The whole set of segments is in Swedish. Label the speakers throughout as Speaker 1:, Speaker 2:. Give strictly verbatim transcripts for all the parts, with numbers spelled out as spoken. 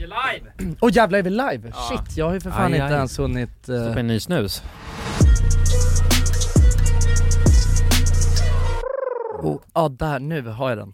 Speaker 1: är live!
Speaker 2: Åh oh, jävlar, är vi live?
Speaker 1: Ja.
Speaker 2: Shit, jag har ju för fan
Speaker 1: aj,
Speaker 2: inte
Speaker 1: aj.
Speaker 2: ens hunnit... Uh...
Speaker 1: Stoppa en ny snus.
Speaker 2: Oh, ah, där, nu har jag den.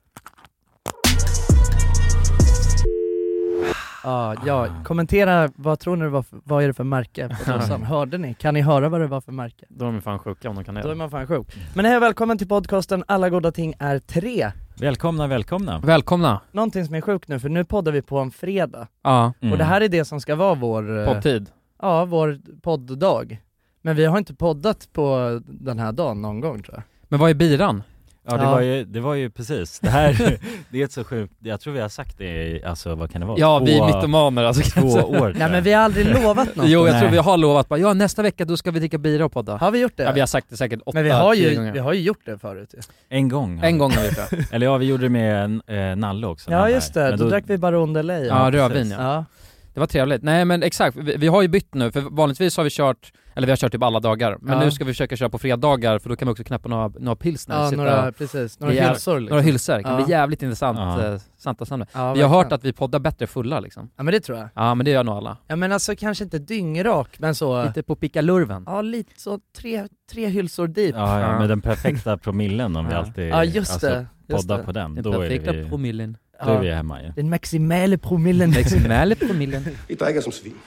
Speaker 2: Ah, ja, kommentera, vad tror ni det var för, vad är det för märke på dosan? Hörde ni? Kan ni höra vad det var för märke?
Speaker 1: Då är de fan sjuka om de kan det.
Speaker 2: Då är man fan sjuk. Men hej, välkommen till podcasten Alla goda ting är tre.
Speaker 3: Välkomna, välkomna.
Speaker 1: Välkomna.
Speaker 2: Någonting som är sjukt nu, för nu poddar vi på en fredag.
Speaker 1: Ja.
Speaker 3: Mm.
Speaker 2: Och det här är det som ska vara vår...
Speaker 1: Poddtid.
Speaker 2: Ja, vår podddag. Men vi har inte poddat på den här dagen någon gång, tror jag.
Speaker 1: Men vad är biran?
Speaker 3: Ja, det,
Speaker 2: Ja.
Speaker 3: Var ju, det var ju precis. Det här, det är ett så sjukt, jag tror vi har sagt det i, alltså vad kan det vara?
Speaker 1: Ja,
Speaker 3: två,
Speaker 1: vi är mytomaner alltså, kan
Speaker 3: två
Speaker 1: jag säga.
Speaker 3: år. tror
Speaker 2: Nej,
Speaker 3: jag.
Speaker 2: men vi har aldrig lovat något.
Speaker 1: Jo, jag
Speaker 3: Nej.
Speaker 1: tror vi har lovat bara, ja nästa vecka då ska vi dricka bira och podda.
Speaker 2: Har vi gjort det?
Speaker 1: Ja, vi har sagt det säkert åtta,
Speaker 2: men vi har,
Speaker 1: tio
Speaker 2: ju,
Speaker 1: gånger.
Speaker 2: vi har ju gjort det förut. Ja,
Speaker 3: En gång.
Speaker 1: En gång har vi gjort det.
Speaker 3: Eller ja, vi gjorde det med eh, Nalle också.
Speaker 2: ja just det.
Speaker 3: Men
Speaker 2: Då, då drack vi Baron de Ley.
Speaker 1: Ja,
Speaker 3: precis.
Speaker 1: rödvin ja.
Speaker 2: Ja.
Speaker 1: Det var trevligt. Nej men exakt, vi, vi har ju bytt nu, för vanligtvis har vi kört, eller vi har kört typ alla dagar, men
Speaker 2: Ja.
Speaker 1: nu ska vi försöka köra på fredagar, för då kan vi också knäppa några, några pilsner.
Speaker 2: Ja,
Speaker 1: sitta,
Speaker 2: några, precis. Några
Speaker 1: Det är-
Speaker 2: hylsor liksom.
Speaker 1: några hylsor, det kan
Speaker 2: Ja.
Speaker 1: bli jävligt intressant.
Speaker 3: Ja.
Speaker 1: eh, sant och sant.
Speaker 2: Ja,
Speaker 1: Vi har
Speaker 2: verkligen.
Speaker 1: hört att vi poddar bättre fulla liksom.
Speaker 2: Ja, men det tror jag.
Speaker 1: Ja men det gör nog alla.
Speaker 2: Ja, men alltså kanske inte dyngrak, men så...
Speaker 1: Lite på pickalurven.
Speaker 2: Ja, lite så tre, tre hylsor deep.
Speaker 3: Ja, ja,
Speaker 1: Ja.
Speaker 3: med den perfekta promillen om vi
Speaker 1: Ja.
Speaker 3: alltid
Speaker 2: Ja, just
Speaker 3: alltså,
Speaker 2: det. Just
Speaker 3: poddar
Speaker 2: det.
Speaker 3: på den.
Speaker 1: Den
Speaker 3: Då är,
Speaker 1: perfekta
Speaker 3: vi,
Speaker 1: promillen.
Speaker 3: då är
Speaker 2: Ja.
Speaker 3: vi hemma ju.
Speaker 2: Den maximala promillen.
Speaker 1: Maximala promillen.
Speaker 4: Vi dricker som svin.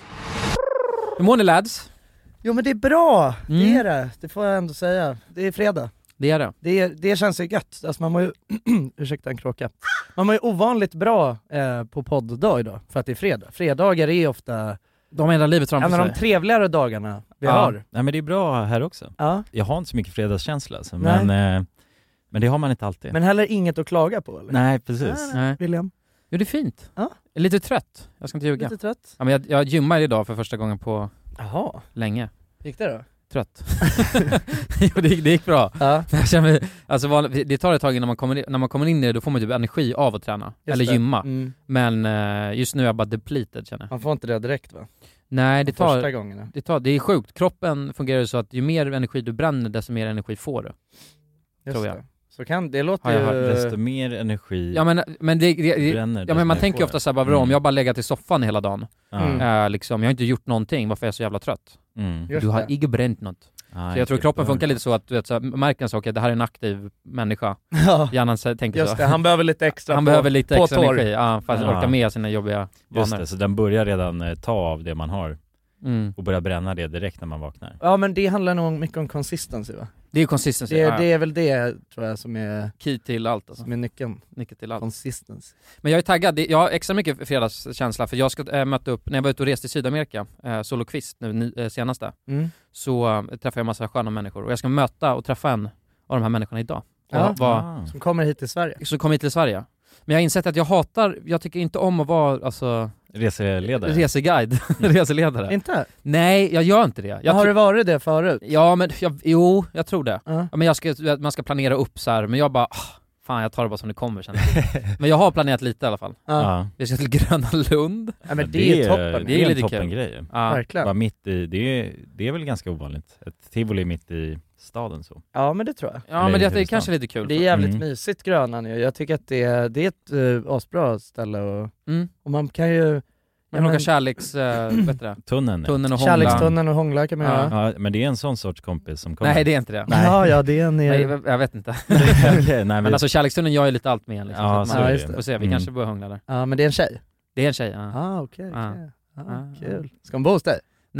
Speaker 1: Hur mår ni lads?
Speaker 2: Jo, men det är bra. Det
Speaker 1: Mm.
Speaker 2: är det. Det får jag ändå säga. Det är fredag.
Speaker 1: Det är det.
Speaker 2: Det, det känns ju gött. Alltså man mår ju... ursäkta en kråka. Man mår ju ovanligt bra eh, på podddag idag. För att det är fredag. Fredagar är ofta
Speaker 1: De har hela livet framför
Speaker 2: en av
Speaker 1: sig.
Speaker 2: de trevligare dagarna vi
Speaker 3: Ja.
Speaker 2: har.
Speaker 3: Nej, men det är bra här också.
Speaker 2: Ja.
Speaker 3: Jag har inte så mycket fredagskänsla alltså,
Speaker 2: Nej.
Speaker 3: men, eh, men det har man inte alltid.
Speaker 2: Men heller inget att klaga på, eller?
Speaker 3: Nej, precis.
Speaker 1: Nej.
Speaker 2: William?
Speaker 1: Jo det är fint.
Speaker 2: Ja.
Speaker 1: Jag är lite trött, jag ska inte ljuga.
Speaker 2: Lite trött?
Speaker 1: Ja, men jag, jag gymmar idag för första gången på
Speaker 2: Jaha.
Speaker 1: länge.
Speaker 2: Gick det då?
Speaker 1: Trött. Jo det gick, det gick bra.
Speaker 2: Ja.
Speaker 1: Jag känner mig, alltså, van- det tar ett tag innan man kommer in, när man kommer in i det, då får man typ energi av att träna.
Speaker 2: Just
Speaker 1: eller
Speaker 2: det.
Speaker 1: gymma.
Speaker 2: Mm.
Speaker 1: Men eh, just nu är jag bara depleted känner jag.
Speaker 2: Man får inte det direkt, va?
Speaker 1: Nej det
Speaker 2: De första
Speaker 1: tar,
Speaker 2: gångerna.
Speaker 1: det tar, det är sjukt. Kroppen fungerar ju så att ju mer energi du bränner, desto mer energi får du.
Speaker 2: Just
Speaker 1: tror jag.
Speaker 2: det. Så kan, det låter
Speaker 1: Har jag
Speaker 2: ju...
Speaker 1: hört.
Speaker 3: Desto mer energi
Speaker 1: Ja men, men, det, det, det,
Speaker 3: bränner,
Speaker 1: ja,
Speaker 3: desto
Speaker 1: men man
Speaker 3: mer
Speaker 1: tänker ju
Speaker 3: får
Speaker 1: ofta
Speaker 3: jag.
Speaker 1: såhär, bara bra, om
Speaker 3: Mm.
Speaker 1: jag bara legat i soffan hela dagen.
Speaker 3: Ja.
Speaker 2: Mm.
Speaker 1: Eh, liksom, jag har inte gjort någonting, varför är jag så jävla trött?
Speaker 3: Mm.
Speaker 2: Just
Speaker 1: Du har
Speaker 2: det.
Speaker 1: inte bränt något.
Speaker 3: Ja,
Speaker 1: Så jag tror
Speaker 3: okej,
Speaker 1: kroppen
Speaker 3: då är
Speaker 1: funkar
Speaker 3: det-
Speaker 1: lite så att du vet, så här, märker en sak, okej det här är en aktiv människa.
Speaker 2: Ja,
Speaker 1: Hjärnan så- tänker
Speaker 2: just
Speaker 1: så.
Speaker 2: det. Han behöver lite extra
Speaker 1: Han
Speaker 2: på,
Speaker 1: behöver lite
Speaker 2: på
Speaker 1: extra
Speaker 2: torr.
Speaker 1: energi, ja, för att
Speaker 3: Ja.
Speaker 1: orka med sina jobbiga
Speaker 3: Just
Speaker 1: vanor.
Speaker 3: det, så den börjar redan eh, ta av det man har
Speaker 1: Mm.
Speaker 3: och börjar bränna det direkt när man vaknar.
Speaker 2: Ja, men det handlar nog mycket om consistency, va?
Speaker 1: Det är ju consistency,
Speaker 2: Det,
Speaker 1: ja.
Speaker 2: det är väl det, tror jag, som är,
Speaker 1: Key till allt alltså.
Speaker 2: som är nyckeln.
Speaker 1: Nyckeln till allt.
Speaker 2: Consistency.
Speaker 1: Men jag är taggad, Det- jag har extra mycket fredagskänsla för jag ska äh, möta upp, när jag var ute och reste i Sydamerika, äh, Solo Kvist nu ny, äh, senaste,
Speaker 2: Mm.
Speaker 1: så äh, träffade jag en massa sköna människor och jag ska möta och träffa en av de här människorna idag.
Speaker 2: Ja.
Speaker 1: Och vad,
Speaker 3: Ah.
Speaker 2: Som kommer hit till Sverige.
Speaker 1: så kom hit till Sverige. Men jag har insett att jag hatar, jag tycker inte om att vara alltså,
Speaker 3: Reseledare.
Speaker 1: reseguide, reseledare.
Speaker 2: Inte?
Speaker 1: Nej, jag gör inte det. Jag
Speaker 2: har
Speaker 1: tro-
Speaker 2: du varit det förut?
Speaker 1: Ja men, jag, jo, jag tror det.
Speaker 2: Ja.
Speaker 1: Ja, men jag ska, man ska planera upp så här, men jag bara, ah, fan jag tar det bara som det kommer känner jag. Men jag har planerat lite i alla fall.
Speaker 2: Ja.
Speaker 3: Ja.
Speaker 1: Vi ska till Gröna Lund.
Speaker 2: Ja, men det är toppen.
Speaker 3: Det är,
Speaker 1: Det är
Speaker 3: en
Speaker 1: lite
Speaker 3: toppen
Speaker 1: kul.
Speaker 3: grej.
Speaker 1: Ja.
Speaker 2: Verkligen.
Speaker 3: Bara mitt i, det är, det är väl ganska ovanligt. Ett tivoli mitt i staden så.
Speaker 2: Ja, men det tror jag.
Speaker 1: Ja men det, det är
Speaker 3: huvudstaden.
Speaker 1: kanske lite kul.
Speaker 2: Det är jävligt
Speaker 3: Mm.
Speaker 2: mysigt, Grönan ju. Jag tycker att det är, det är ett uh, asbra ställe och,
Speaker 1: Mm.
Speaker 2: och man kan ju...
Speaker 1: Man åker kärleks, äh, vet du det?
Speaker 3: Tunneln. ja.
Speaker 1: Tunneln och hångla.
Speaker 2: Kärlekstunneln och hångla kan man
Speaker 1: Ja.
Speaker 2: göra.
Speaker 3: Ja, men det är en sån sorts kompis som kommer.
Speaker 1: Nej det är inte det.
Speaker 3: Nej.
Speaker 2: Ja, ja, det är en...
Speaker 1: Nej, jag vet inte.
Speaker 3: Okej, nej,
Speaker 1: Men
Speaker 3: men
Speaker 1: alltså kärlekstunneln gör ju lite allt med en liksom.
Speaker 3: Ja,
Speaker 1: så
Speaker 3: så
Speaker 1: att man,
Speaker 2: är
Speaker 3: det.
Speaker 2: det.
Speaker 1: får se, vi
Speaker 3: Mm.
Speaker 1: kanske börjar hångla där.
Speaker 2: Ja, men det är en tjej.
Speaker 1: Det är en tjej, ja.
Speaker 2: Ah, okej,
Speaker 1: Ja.
Speaker 2: okej. Ah,
Speaker 1: Ja.
Speaker 2: kul. Ska hon bo hos dig?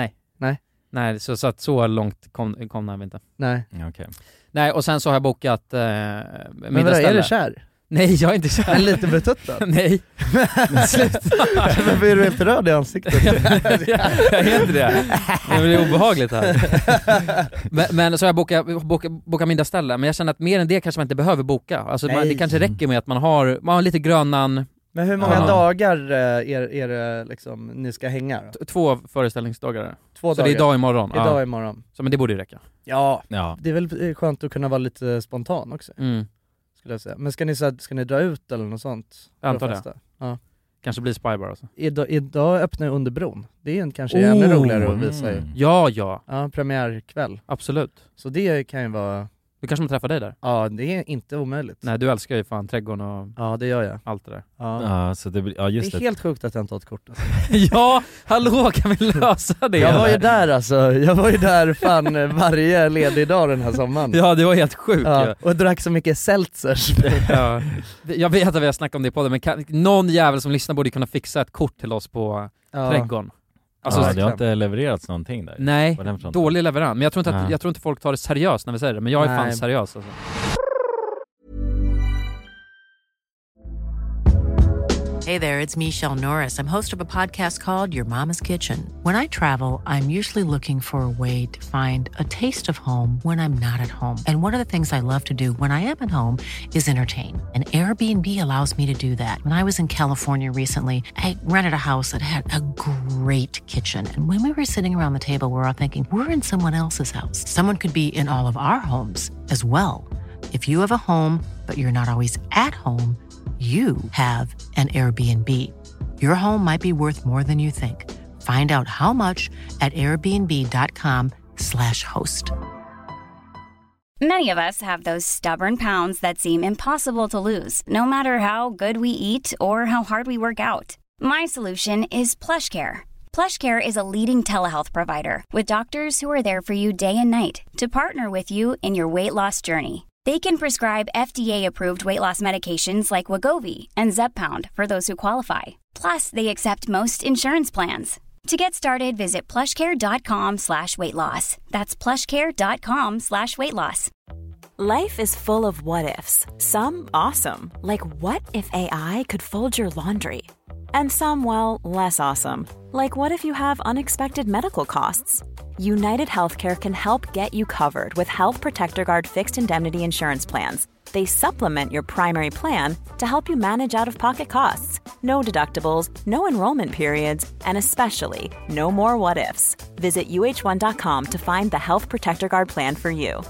Speaker 1: Nej, så, så att så långt kom, kom vi inte.
Speaker 2: Nej.
Speaker 3: Ja, okej.
Speaker 1: Nej, och sen så har jag bokat eh,
Speaker 2: Men vadå,
Speaker 1: middagsställe.
Speaker 2: är du kär?
Speaker 1: Nej, jag är inte kär.
Speaker 2: En liten betuttad?
Speaker 1: Nej. Sluta.
Speaker 2: Varför är du helt röd i ansiktet?
Speaker 1: jag är inte det. Det blir obehagligt här. men, men så har jag bokat, bokat, bokat middagsställe, men jag känner att mer än det kanske man inte behöver boka. Alltså man,
Speaker 2: Nej.
Speaker 1: det kanske räcker med att man har, man har lite Grönan,
Speaker 2: Men hur många
Speaker 1: Ja.
Speaker 2: dagar eh, är, är det liksom ni ska hänga då?
Speaker 1: t- två föreställningsdagar.
Speaker 2: Två
Speaker 1: Så
Speaker 2: dagar?
Speaker 1: det är idag och imorgon.
Speaker 2: Idag
Speaker 1: Ja.
Speaker 2: imorgon.
Speaker 1: Så men det borde ju räcka.
Speaker 2: Ja,
Speaker 3: Ja.
Speaker 2: det är väl skönt att kunna vara lite spontan också,
Speaker 1: Mm.
Speaker 2: skulle jag säga. Men ska ni, så här, ska ni dra ut eller något sånt?
Speaker 1: Jag antar
Speaker 2: För
Speaker 1: det.
Speaker 2: att festa? Ja.
Speaker 1: Kanske blir Spy Bar alltså.
Speaker 2: Idag, idag öppnar jag under bron. Det är en, kanske oh, ännu roligare att visa ju.
Speaker 3: Mm.
Speaker 1: Ja, ja.
Speaker 2: Ja, premiärkväll.
Speaker 1: Absolut.
Speaker 2: Så det kan ju vara
Speaker 1: Du kanske man träffar dig där?
Speaker 2: Ja, det är inte omöjligt.
Speaker 1: Nej, du älskar ju fan trädgården och
Speaker 2: Ja, det gör jag.
Speaker 1: allt det där.
Speaker 2: Ja.
Speaker 3: Ja, så det, blir- ja just
Speaker 2: det är
Speaker 3: det.
Speaker 2: helt sjukt att jag inte har ett kort alltså.
Speaker 1: Ja, hallå, kan vi lösa det?
Speaker 2: Jag var ju där alltså, jag var ju där fan varje ledig dag den här sommaren.
Speaker 1: Ja, det var helt sjukt
Speaker 2: Ja,
Speaker 1: ju.
Speaker 2: och drack så mycket seltzers.
Speaker 1: Ja. Jag vet att vi har snackat om det på det, men kan, någon jävel som lyssnar borde kunna fixa ett kort till oss på
Speaker 2: Ja.
Speaker 1: trädgården. Alltså,
Speaker 3: Ja, det har inte levererats någonting där.
Speaker 1: nej,
Speaker 3: på den fronten.
Speaker 1: dålig leverans. Men jag tror, inte att,
Speaker 3: Nej.
Speaker 1: jag tror inte folk tar det seriöst när vi säger det, men jag är
Speaker 2: Nej.
Speaker 1: fan seriös alltså.
Speaker 4: Hey there, it's Michelle Norris. I'm host of a podcast called Your Mama's Kitchen. When I travel, I'm usually looking for a way to find a taste of home when I'm not at home. And one of the things I love to do when I am at home is entertain. And Airbnb allows me to do that. When I was in California recently, I rented a house that had a great kitchen. And when we were sitting around the table, we were all thinking, we're in someone else's house. Someone could be in all of our homes as well. If you have a home, but you're not always at home, you have an Airbnb. Your home might be worth more than you think. Find out how much at airbnb.com slash host.
Speaker 5: Many of us have those stubborn pounds that seem impossible to lose, no matter how good we eat or how hard we work out. My solution is PlushCare. PlushCare is a leading telehealth provider with doctors who are there for you day and night to partner with you in your weight loss journey. They can prescribe F D A-approved weight loss medications like Wegovy and Zepbound for those who qualify. Plus, they accept most insurance plans. To get started, visit plushcare.com slash weight loss. That's plushcare.com slash weight loss.
Speaker 6: Life is full of what-ifs. Some awesome, like what if A I could fold your laundry? And some, well, less awesome, like what if you have unexpected medical costs? United Healthcare can help get you covered with Health Protector Guard fixed indemnity insurance plans. They supplement your primary plan to help you manage out-of-pocket costs. No deductibles, no enrollment periods, and especially no more what-ifs. Visit U H one dot com to find the Health Protector Guard plan for you.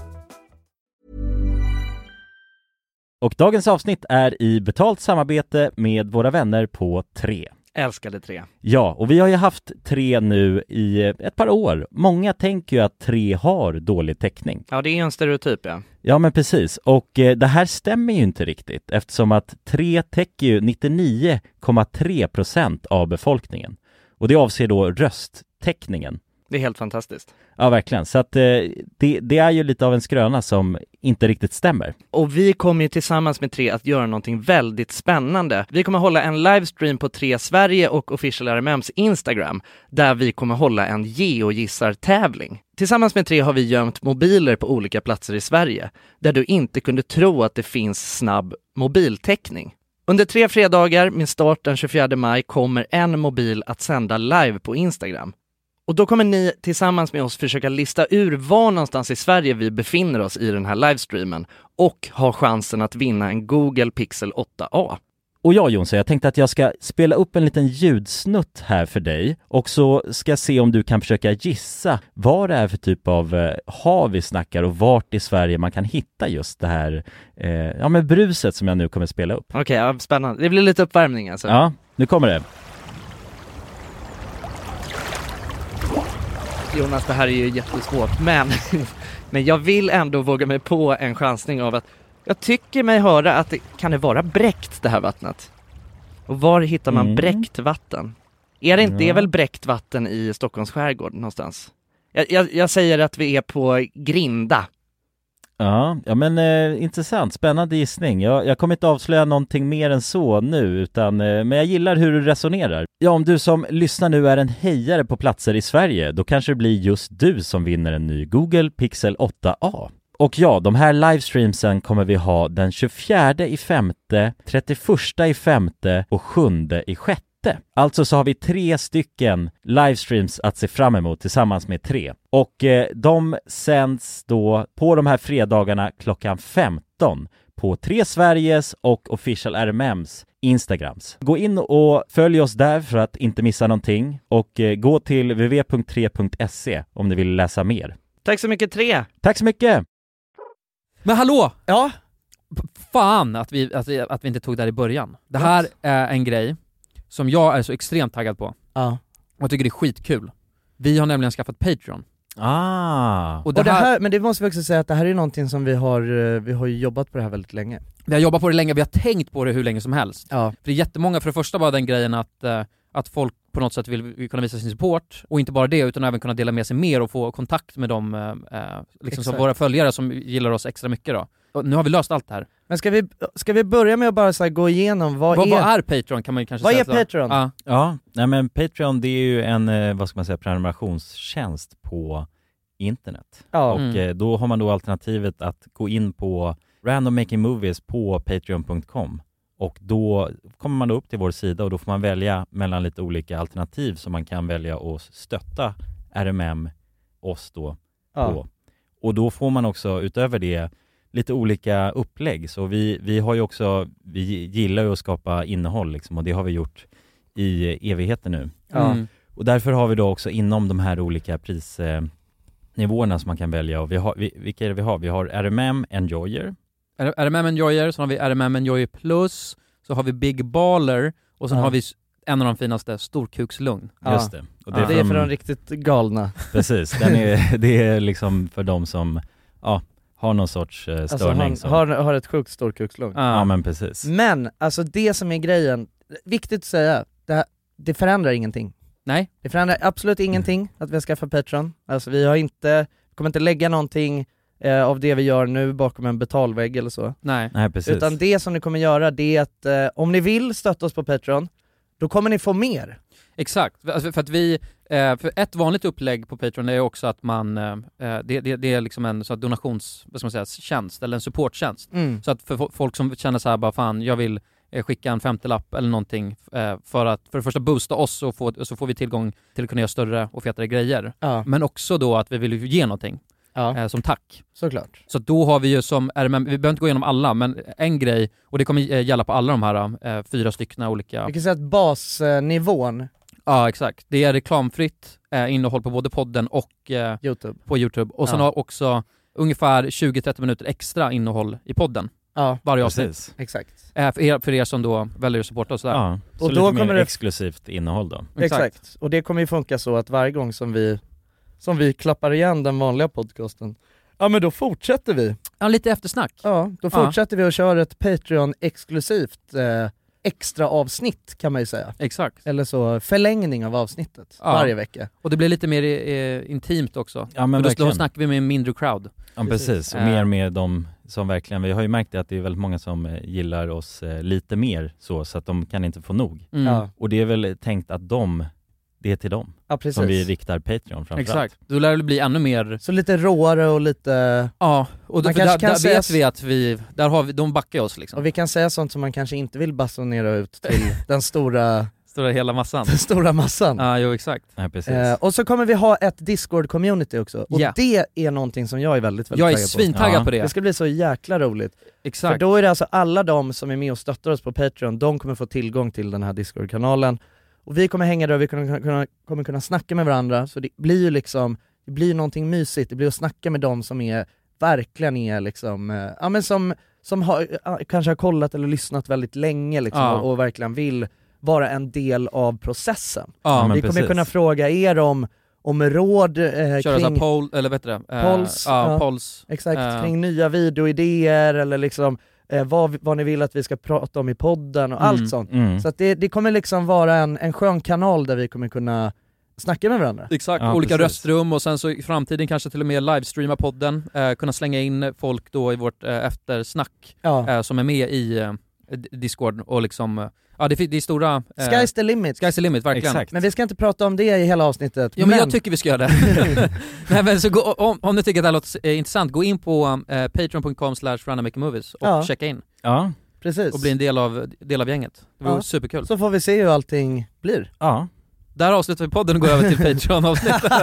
Speaker 3: Och dagens avsnitt är i betalt samarbete med våra vänner på tre.
Speaker 2: Älskade tre.
Speaker 3: Ja, och vi har ju haft tre nu i ett par år. Många tänker ju att tre har dålig täckning.
Speaker 2: Ja, det är en stereotyp, ja.
Speaker 3: Ja, men precis. Och eh, det här stämmer ju inte riktigt eftersom att tre täcker ju nittionio komma tre procent av befolkningen. Och det avser då rösttäckningen.
Speaker 2: Det är helt fantastiskt.
Speaker 3: Ja, verkligen. Så att eh, det, det är ju lite av en skröna som inte riktigt stämmer.
Speaker 2: Och vi kommer ju tillsammans med tre att göra någonting väldigt spännande. Vi kommer hålla en livestream på tre Sverige och Official R M M's Instagram där vi kommer hålla en geogissar-tävling. Tillsammans med tre har vi gömt mobiler på olika platser i Sverige där du inte kunde tro att det finns snabb mobiltäckning. Under tre fredagar med start den tjugofjärde maj kommer en mobil att sända live på Instagram. Och då kommer ni tillsammans med oss försöka lista ur var någonstans i Sverige vi befinner oss i den här livestreamen och ha chansen att vinna en Google Pixel åtta A.
Speaker 3: Och jag, Jonsson, jag tänkte att jag ska spela upp en liten ljudsnutt här för dig och så ska jag se om du kan försöka gissa vad det är för typ av eh, hav vi snackar och vart i Sverige man kan hitta just det här eh, ja, men bruset som jag nu kommer spela upp.
Speaker 2: Okej, okay, ja, spännande. Det blir lite uppvärmning alltså.
Speaker 3: Ja, nu kommer det.
Speaker 2: Jonas, det här är ju jättesvårt, men, men jag vill ändå våga mig på en chansning av att jag tycker mig höra att det kan det vara bräckt det här vattnet. Och var hittar man mm. bräckt vatten? Är det inte, ja. Det är väl bräckt vatten i Stockholms skärgård någonstans? Jag, jag, jag säger att vi är på Grinda.
Speaker 3: Ja, ja men eh, intressant, spännande gissning. Jag, jag kommer inte avslöja någonting mer än så nu, utan, eh, men jag gillar hur du resonerar. Ja, om du som lyssnar nu är en hejare på platser i Sverige, då kanske det blir just du som vinner en ny Google Pixel åtta A. Och ja, de här livestreamsen kommer vi ha den tjugofjärde i femte, trettioförsta i femte och sjunde i sjätte. Alltså så har vi tre stycken livestreams att se fram emot tillsammans med tre. Och eh, de sänds då på de här fredagarna klockan femton på tre Sveriges och Official R M M's Instagrams. Gå in och följ oss där för att inte missa någonting och eh, gå till w w w punkt tre punkt se om ni vill läsa mer.
Speaker 2: Tack så mycket tre!
Speaker 3: Tack så mycket!
Speaker 1: Men hallå!
Speaker 2: Ja?
Speaker 1: Fan att vi, att, vi, att vi inte tog där i början. Det här är en grej som jag är så extremt taggad på.
Speaker 2: Ja.
Speaker 1: Och jag tycker det är skitkul. Vi har nämligen skaffat Patreon.
Speaker 3: Ah.
Speaker 2: Och det, och det här, här, men det måste vi också säga att det här är någonting som vi har, vi har jobbat på det här väldigt länge.
Speaker 1: Vi har jobbat på det länge, vi har tänkt på det hur länge som helst.
Speaker 2: Ja.
Speaker 1: För det är jättemånga, för det första bara den grejen att, att folk på något sätt vill, vill kunna visa sin support, och inte bara det utan även kunna dela med sig mer och få kontakt med de eh, liksom som våra följare som gillar oss extra mycket då. Och nu har vi löst allt det här.
Speaker 2: Men ska vi, ska vi börja med att bara så här gå igenom vad,
Speaker 1: vad,
Speaker 2: är...
Speaker 1: vad är Patreon kan man kanske
Speaker 2: vad
Speaker 1: säga.
Speaker 2: Vad är Patreon?
Speaker 1: Ja.
Speaker 3: ja, nej men Patreon det är ju en, vad ska man säga, prenumerationstjänst på internet.
Speaker 2: Ja.
Speaker 3: Och mm. då har man då alternativet att gå in på Random Making Movies på patreon punkt com. Och då kommer man då upp till vår sida och då får man välja mellan lite olika alternativ som man kan välja att stötta R M M oss då
Speaker 2: ja.
Speaker 3: på. Och då får man också utöver det lite olika upplägg. Så vi, vi har ju också, vi gillar ju att skapa innehåll liksom, och det har vi gjort i evigheter nu.
Speaker 1: Mm.
Speaker 3: Och därför har vi då också inom de här olika prisnivåerna som man kan välja. Och vi har, vi, vilka är det vi har? Vi har R M M Enjoyer.
Speaker 1: R M M Enjoyer, så har vi R M M Enjoyer Plus, så har vi Big Baller och sen
Speaker 2: ja.
Speaker 1: har vi en av de finaste, Storkukslugn.
Speaker 2: Ja.
Speaker 3: Just det. Och
Speaker 2: det, ja. är, det är för de riktigt galna.
Speaker 3: Precis, den är, det är liksom för de som ja, har någon sorts uh, störning.
Speaker 2: Alltså har, har, har ett sjukt storkukslugn.
Speaker 3: Ja. ja men precis.
Speaker 2: Men alltså det som är grejen, viktigt att säga, det, här, det förändrar ingenting.
Speaker 1: Nej.
Speaker 2: Det förändrar absolut ingenting mm. att vi har skaffat Patreon. Alltså vi har inte, kommer inte lägga någonting eh, av det vi gör nu bakom en betalvägg eller så.
Speaker 1: Nej.
Speaker 3: Nej, precis.
Speaker 2: Utan det som ni kommer göra, det är att eh, om ni vill stötta oss på Patreon, då kommer ni få mer.
Speaker 1: Exakt, alltså för att vi, för ett vanligt upplägg på Patreon är också att man, det, det, det är liksom en så att donations, vad ska man säga, tjänst eller en supporttjänst.
Speaker 2: Mm.
Speaker 1: Så att för folk som känner så här, bara fan, jag vill skicka en femtelapp eller någonting för att för det första boosta oss och få, så får vi tillgång till att kunna göra större och fetare grejer.
Speaker 2: Ja.
Speaker 1: Men också då att vi vill ge någonting.
Speaker 2: Ja.
Speaker 1: Som tack.
Speaker 2: Såklart.
Speaker 1: Så då har vi ju som R M M, vi behöver inte gå igenom alla, men en grej, och det kommer gälla på alla de här äh, fyra stycken olika.
Speaker 2: Vi kan säga att basnivån.
Speaker 1: Ja, exakt. Det är reklamfritt äh, innehåll på både podden och äh,
Speaker 2: YouTube.
Speaker 1: på YouTube. Och sen
Speaker 2: ja.
Speaker 1: har också ungefär tjugo till trettio minuter extra innehåll i podden.
Speaker 2: Ja,
Speaker 1: varje avsnitt.
Speaker 2: Exakt.
Speaker 1: Äh, för, er, för er som då väljer att supporta oss där.
Speaker 3: Ja, så
Speaker 2: och
Speaker 3: lite
Speaker 2: då
Speaker 3: mer
Speaker 2: kommer det
Speaker 3: exklusivt innehåll då.
Speaker 2: Exakt. Exakt. Och det kommer ju funka så att varje gång som vi som vi klappar igen den vanliga podcasten, ja men då fortsätter vi.
Speaker 1: Ja, lite eftersnack.
Speaker 2: Ja, då fortsätter ja. vi att köra ett Patreon-exklusivt eh, extra avsnitt kan man ju säga.
Speaker 1: Exakt.
Speaker 2: Eller så förlängning av avsnittet ja. varje vecka.
Speaker 1: Och det blir lite mer eh, intimt också.
Speaker 3: Ja, men
Speaker 1: för då, då snackar vi med en mindre crowd.
Speaker 3: Ja precis, precis. och äh. mer med de som verkligen, vi har ju märkt att det är väldigt många som eh, gillar oss eh, lite mer så, så att de kan inte få nog.
Speaker 1: Mm.
Speaker 3: Ja. Och det är väl tänkt att de det är till dem
Speaker 2: ja, precis.
Speaker 3: som vi riktar Patreon framförallt.
Speaker 1: Exakt, då lär det bli ännu mer.
Speaker 2: Så lite råare och lite...
Speaker 1: Ja, och då, där, där vet vi att vi, där har vi, de backar oss liksom.
Speaker 2: Och vi kan säga sånt som man kanske inte vill basunera ut till den stora...
Speaker 1: Stora hela massan.
Speaker 2: Den stora massan.
Speaker 1: Ja, jo exakt.
Speaker 3: Ja, precis.
Speaker 2: Eh, och så kommer vi ha ett Discord-community också. Och
Speaker 1: yeah.
Speaker 2: det är någonting som jag är väldigt, väldigt
Speaker 1: Jag är svintaggad
Speaker 2: på.
Speaker 1: på det.
Speaker 2: Det ska bli så jäkla roligt.
Speaker 1: Exakt.
Speaker 2: För då är det alltså alla de som är med och stöttar oss på Patreon, de kommer få tillgång till den här Discord-kanalen. Och vi kommer hänga där och vi kommer kunna, kommer kunna snacka med varandra. Så det blir ju liksom, det blir någonting mysigt. Det blir att snacka med dem som är, verkligen är liksom, eh, ja men som, som har, kanske har kollat eller lyssnat väldigt länge liksom,
Speaker 1: ja.
Speaker 2: och, och verkligen vill vara en del av processen.
Speaker 1: Ja,
Speaker 2: vi kommer
Speaker 3: precis.
Speaker 2: kunna fråga er om, om råd eh,
Speaker 1: Köra
Speaker 2: kring...
Speaker 1: poll, eller vet du det? Eh,
Speaker 2: polls,
Speaker 1: ja,
Speaker 2: ja,
Speaker 1: polls.
Speaker 2: Exakt,
Speaker 1: eh.
Speaker 2: kring nya videoidéer eller liksom eh, vad, vad ni vill att vi ska prata om i podden och
Speaker 1: Mm.
Speaker 2: allt sånt.
Speaker 3: Mm.
Speaker 2: Så att det, det kommer liksom vara en, en skön kanal där vi kommer kunna snacka med varandra.
Speaker 1: Exakt,
Speaker 3: Ja,
Speaker 1: olika
Speaker 3: precis.
Speaker 1: röstrum och sen så i framtiden kanske till och med livestreama podden, eh, kunna slänga in folk då i vårt eh, eftersnack
Speaker 2: Ja.
Speaker 1: eh, som är med i eh, Discord och liksom, eh, ja det, det är stora... Eh,
Speaker 2: Sky's the limit.
Speaker 1: Sky's the limit, verkligen.
Speaker 3: Exakt.
Speaker 2: Men vi ska inte prata om det i hela avsnittet.
Speaker 1: Ja men, men jag tycker vi ska göra det. Nej, men så gå, om, om ni tycker att det här låter eh, intressant, gå in på eh, patreon punkt com slash randommakermovies och
Speaker 2: Ja.
Speaker 1: checka in.
Speaker 3: Ja.
Speaker 2: Precis.
Speaker 1: Och bli en del av, del av gänget. Det vore
Speaker 2: Ja.
Speaker 1: superkul.
Speaker 2: Så får vi se hur allting blir.
Speaker 3: Ja.
Speaker 1: Där avslutar vi podden och går över till Patreon-avsnittet.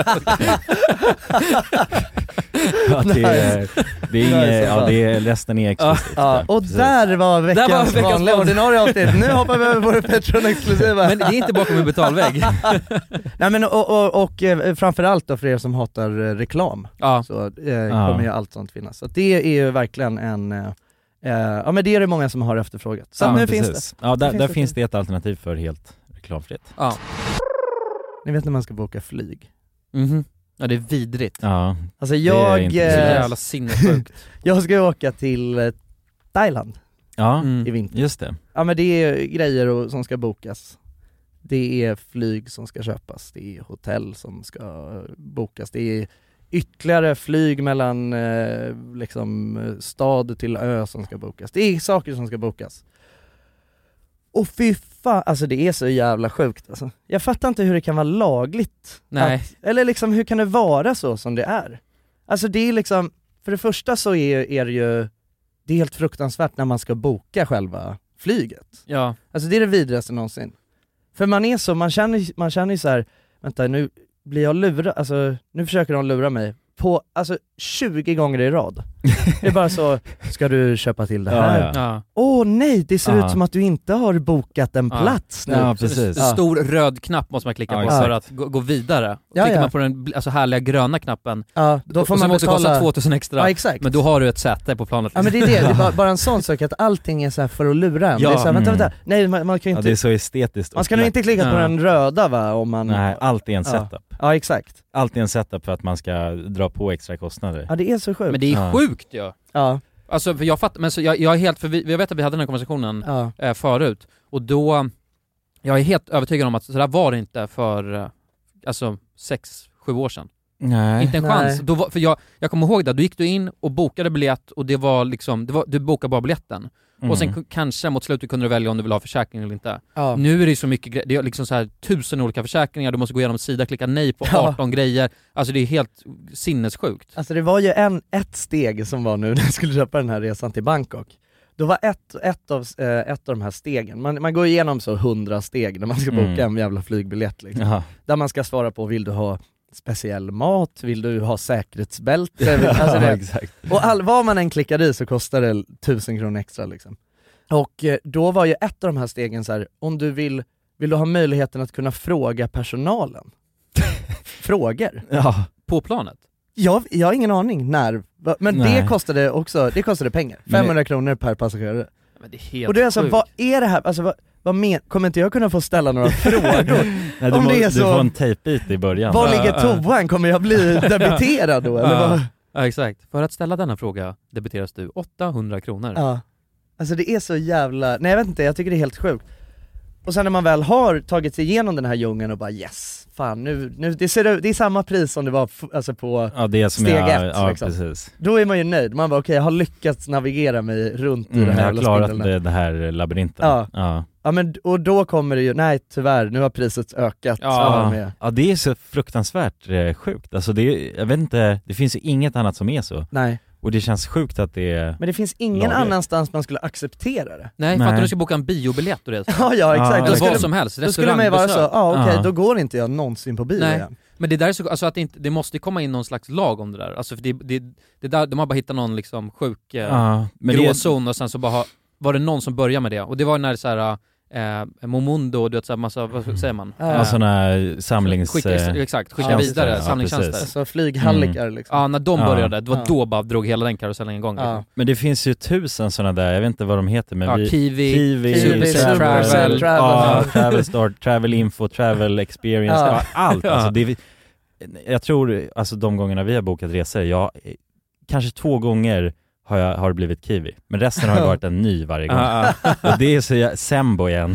Speaker 3: Ja, det är, det är inget,
Speaker 2: Nice,
Speaker 3: ja, det är, resten är exklusivt.
Speaker 2: Ja, och
Speaker 3: Precis.
Speaker 2: där var veckans,
Speaker 1: Där var veckans
Speaker 2: vanliga
Speaker 1: podd.
Speaker 2: ordinarie avsnitt. Nu hoppar vi över på det Patreon-exklusiva.
Speaker 1: Men det är inte bakom en betalvägg.
Speaker 2: Nej men och, och, och eh, framförallt då för er som hatar eh, reklam,
Speaker 1: Ja.
Speaker 2: så eh,
Speaker 3: Ja.
Speaker 2: kommer ju allt sånt finnas. Så att det är ju verkligen en, eh, eh, ja men det är det många som har efterfrågat. Så
Speaker 1: Ja,
Speaker 2: att nu
Speaker 3: Precis.
Speaker 2: finns det.
Speaker 3: Ja, där,
Speaker 2: finns
Speaker 3: där
Speaker 2: det.
Speaker 3: finns det ett alternativ för helt reklamfritt.
Speaker 1: Ja.
Speaker 2: Ni vet när man ska boka flyg.
Speaker 1: Mhm. Ja, det är vidrigt.
Speaker 3: Ja.
Speaker 7: Alltså jag,
Speaker 3: inte
Speaker 1: Det är så
Speaker 7: eh,
Speaker 1: jävla sinnessjukt.
Speaker 7: jag ska åka till eh, Thailand
Speaker 3: Ja,
Speaker 1: Mm.
Speaker 7: i vinter.
Speaker 3: just det.
Speaker 7: Ja men det är grejer och, som ska bokas. Det är flyg som ska köpas, det är hotell som ska bokas, det är ytterligare flyg mellan eh, liksom stad till ö som ska bokas. Det är saker som ska bokas. Och fy fan, alltså det är så jävla sjukt alltså. Jag fattar inte hur det kan vara lagligt.
Speaker 1: Nej.
Speaker 7: Att, eller liksom hur kan det vara så som det är? Alltså det är liksom, för det första så är, är det ju, det är helt fruktansvärt när man ska boka själva flyget.
Speaker 1: Ja.
Speaker 7: Alltså det är det vidrigaste någonsin. För man är så, man känner, man känner ju så här, vänta nu blir jag lurad, alltså nu försöker de lura mig på, alltså tjugo gånger i rad. Det är bara så, ska du köpa till det här?
Speaker 3: Ja, ja.
Speaker 1: Ja.
Speaker 7: Åh nej, det ser
Speaker 3: Aha.
Speaker 7: ut som att du inte har bokat en
Speaker 1: Ja.
Speaker 7: plats nu.
Speaker 3: Ja, precis.
Speaker 1: En stor röd knapp måste man klicka
Speaker 3: Ja,
Speaker 1: på
Speaker 3: exakt.
Speaker 1: för att gå, gå vidare.
Speaker 7: Ja,
Speaker 1: Klickar
Speaker 7: ja.
Speaker 1: man på den bl- alltså härliga gröna knappen,
Speaker 7: Ja, då får
Speaker 1: och som
Speaker 7: man
Speaker 1: också
Speaker 7: betala...
Speaker 1: kostar tvåtusen extra,
Speaker 7: Ja, exakt.
Speaker 1: men då har du ett säte på planet.
Speaker 7: Ja men det är det, det är bara, bara en sån sak att allting är så här för att lura en.
Speaker 1: Ja.
Speaker 7: Det är så här, vänta,
Speaker 3: Mm.
Speaker 7: vänta, nej man, man kan ju
Speaker 3: Ja,
Speaker 7: inte,
Speaker 3: det är så estetiskt.
Speaker 7: man ska nog inte klicka på
Speaker 1: Ja.
Speaker 7: den röda va, om man...
Speaker 3: Nej, allt är en
Speaker 7: Ja.
Speaker 3: setup.
Speaker 7: Ja exakt.
Speaker 3: Allt är en setup för att man ska dra på extra kostnader.
Speaker 7: Ja det är så sjukt.
Speaker 1: Men det är
Speaker 3: Ja.
Speaker 1: sjukt ja.
Speaker 7: Ja,
Speaker 1: Alltså för jag fattar, men så jag, jag är helt, för vi, jag vet att vi hade den här konversationen
Speaker 7: ja.
Speaker 1: eh, förut, och då, jag är helt övertygad om att så där var det inte för, eh, alltså sex, sju år sedan.
Speaker 3: Nej.
Speaker 1: Inte en
Speaker 7: Nej.
Speaker 1: chans. Då var, för jag, jag kommer ihåg det, då gick du in och bokade biljett och det var liksom, det var, du bokade bara biljetten.
Speaker 3: Mm.
Speaker 1: Och sen k- kanske mot slutet kunde du välja om du vill ha försäkring eller inte.
Speaker 7: Ja.
Speaker 1: Nu är det ju så mycket gre- det är liksom så här tusen olika försäkringar, du måste gå igenom sida, klicka nej på
Speaker 7: Ja.
Speaker 1: arton grejer. Alltså det är helt sinnessjukt.
Speaker 7: Alltså det var ju en, ett steg som var nu när jag skulle köpa den här resan till Bangkok. Då var ett, ett, av, eh, ett av de här stegen, man, man går igenom så hundra steg när man ska boka
Speaker 3: Mm.
Speaker 7: en jävla flygbiljett liksom.
Speaker 3: Jaha.
Speaker 7: Där man ska svara på, vill du ha speciell mat, vill du ha säkerhetsbälte? Alltså
Speaker 3: Ja,
Speaker 7: det,
Speaker 3: exakt.
Speaker 7: och all, vad man än klickar i så kostar det tusen kronor extra liksom. Och eh, då var ju ett av de här stegen så här, om du vill, vill du ha möjligheten att kunna fråga personalen? Frågor?
Speaker 3: Ja.
Speaker 1: På planet.
Speaker 7: Jag, jag har ingen aning när, va- men
Speaker 3: Nej.
Speaker 7: det kostade också, det kostade pengar.
Speaker 3: Men det-
Speaker 7: femhundra kronor per passagerare.
Speaker 1: Men det är helt
Speaker 7: Och det är alltså,
Speaker 1: sjukt.
Speaker 7: vad är det här? Alltså vad, vad men, kommer inte jag kunna få ställa några frågor?
Speaker 3: Nej, du,
Speaker 7: Om
Speaker 3: må,
Speaker 7: det är
Speaker 3: du
Speaker 7: så-
Speaker 3: får en tejpbit i början.
Speaker 7: Var
Speaker 1: Ja,
Speaker 7: ligger
Speaker 1: ja.
Speaker 7: toan? Kommer jag bli debiterad då? Eller
Speaker 1: Ja.
Speaker 7: vad?
Speaker 1: Ja exakt. För att ställa denna fråga debiteras du åttahundra kronor.
Speaker 7: Ja. Alltså det är så jävla, nej jag vet inte, jag tycker det är helt sjukt. Och sen när man väl har tagit sig igenom den här djungeln och bara yes, fan nu, nu det, ser, ut- det är samma pris som det var f- alltså på,
Speaker 3: Ja, det är som
Speaker 7: Steg
Speaker 3: jag,
Speaker 7: ett,
Speaker 3: ja,
Speaker 7: liksom.
Speaker 3: precis.
Speaker 7: då är man ju nöjd, man bara okej jag har lyckats navigera mig runt i
Speaker 3: Mm,
Speaker 7: det
Speaker 3: jag
Speaker 7: här
Speaker 3: har
Speaker 7: jävla
Speaker 3: klarat
Speaker 7: spindeln.
Speaker 3: det, det här labyrinten.
Speaker 7: Ja.
Speaker 3: Ja.
Speaker 7: Ja men, och då kommer det ju, nej tyvärr, nu har priset ökat.
Speaker 1: Ja.
Speaker 7: med.
Speaker 3: Ja, det är så fruktansvärt eh, sjukt. Alltså det är, jag vet inte, det finns ju inget annat som är så.
Speaker 7: Nej,
Speaker 3: Och det känns sjukt att det är...
Speaker 7: men det finns ingen
Speaker 3: Lagligt.
Speaker 7: annanstans man skulle acceptera det.
Speaker 1: Nej,
Speaker 3: Nej.
Speaker 1: fattar du, du ska boka en biobiljett och det.
Speaker 7: Ja ja exakt,
Speaker 3: Ja.
Speaker 7: då
Speaker 1: Eller
Speaker 7: skulle,
Speaker 1: vad som helst,
Speaker 7: då skulle man ju vara så,
Speaker 1: restaurangbesök.
Speaker 7: ja okej
Speaker 3: Ja.
Speaker 7: då går inte jag någonsin på bio
Speaker 1: Nej.
Speaker 7: igen.
Speaker 1: Men det där är så, alltså att det, inte, det måste ju komma in någon slags lag om det där. Alltså för det, det, det där, de har bara hittat någon liksom sjuk eh,
Speaker 3: Ja, men det,
Speaker 1: gråzon och sen så bara ha, var det någon som började med det. Och det var när det så här eh, Momondo, du vet såhär massa, vad säger man?
Speaker 7: Ja.
Speaker 3: ja, sådana samlings...
Speaker 1: Skicka,
Speaker 3: eh,
Speaker 1: exakt, skicka
Speaker 7: Ja,
Speaker 1: vidare,
Speaker 3: ja,
Speaker 1: samlingstjänster.
Speaker 3: precis.
Speaker 7: Alltså flyghallikar liksom.
Speaker 1: Ja, när de
Speaker 3: Ja.
Speaker 1: började, det var
Speaker 7: Ja.
Speaker 1: då bara drog hela den karusellen igång.
Speaker 7: Ja.
Speaker 1: Liksom.
Speaker 3: Men det finns ju tusen sådana där, jag vet inte vad de heter men
Speaker 1: Ja,
Speaker 3: vi...
Speaker 1: Kiwi,
Speaker 3: Kiwi,
Speaker 7: Kiwi,
Speaker 3: Travel,
Speaker 7: Supercell, Travel.
Speaker 3: ja, Travel Start, Travel Info, Travel Experience,
Speaker 7: Ja.
Speaker 3: ja. allt.
Speaker 1: Ja.
Speaker 3: Alltså, det är, jag tror, alltså de gångerna vi har bokat resor, jag, kanske två gånger har, jag, har det blivit Kiwi. Men resten har ju varit en ny varje gång.
Speaker 1: Ja, ja.
Speaker 3: Och det är så jag, Sembo igen.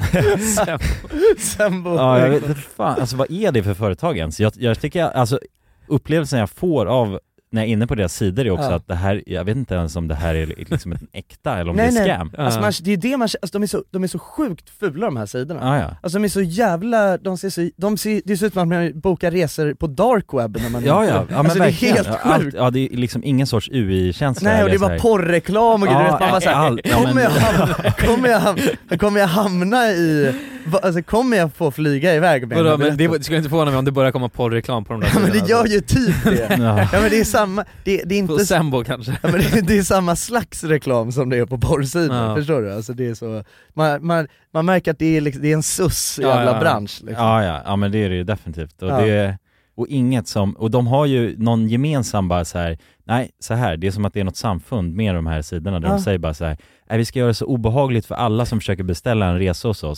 Speaker 7: Sembo.
Speaker 3: Ja, jag vet inte fan, alltså vad är det för företag ens? Jag, jag tycker, alltså upplevelsen jag får av när jag är inne på deras sidor är också
Speaker 7: Ja.
Speaker 3: att det här, jag vet inte ens om det här är liksom en äkta eller om
Speaker 7: Nej,
Speaker 3: det är
Speaker 7: nej.
Speaker 3: scam.
Speaker 7: Alltså man, det är det man, alltså de, är så, de är så sjukt fula de här sidorna.
Speaker 3: Ah, ja.
Speaker 7: Alltså de är så jävla, de ser så, de ser, det ser ut som att man bokar resor på dark web när man
Speaker 3: Ja, ja, ja men
Speaker 7: alltså det är
Speaker 3: verkligen.
Speaker 7: helt
Speaker 3: Ja, allt,
Speaker 7: sjukt.
Speaker 3: ja, det är liksom ingen sorts U I-känsla.
Speaker 7: Nej och det
Speaker 3: eller så
Speaker 7: var
Speaker 3: här.
Speaker 7: porrreklam och grejer,
Speaker 3: Ja,
Speaker 7: du vet, man bara såhär,
Speaker 3: allt. Ja,
Speaker 7: kommer,
Speaker 3: men-
Speaker 7: jag hamna, kommer, jag hamna, kommer jag hamna i, va- alltså kommer jag få flyga iväg med
Speaker 1: Vadå,
Speaker 7: den här
Speaker 1: men det,
Speaker 7: biljetten?
Speaker 1: det skulle inte förvåna mig om det börjar komma porrreklam på de där
Speaker 7: Ja men det
Speaker 1: sidorna.
Speaker 7: gör ju typ det.
Speaker 3: Ja.
Speaker 7: Ja men det är samma, det, det är
Speaker 1: På
Speaker 7: inte
Speaker 1: Sembo kanske.
Speaker 7: ja, men det, det är samma slags reklam som det är på porrsidor,
Speaker 1: Ja.
Speaker 7: förstår du? Alltså det är så, man, man, man märker att det är, liksom, det är en sus
Speaker 1: Ja,
Speaker 7: jävla
Speaker 1: ja.
Speaker 7: bransch liksom.
Speaker 3: Ja, ja, ja men det är det ju definitivt. Och,
Speaker 7: Ja.
Speaker 3: det, och inget som, och de har ju någon gemensam bara så här. Nej, så här, det är som att det är något samfund med de här sidorna där
Speaker 7: Ja.
Speaker 3: de säger bara så här. Nej, vi ska göra det så obehagligt för alla som försöker beställa en resa hos oss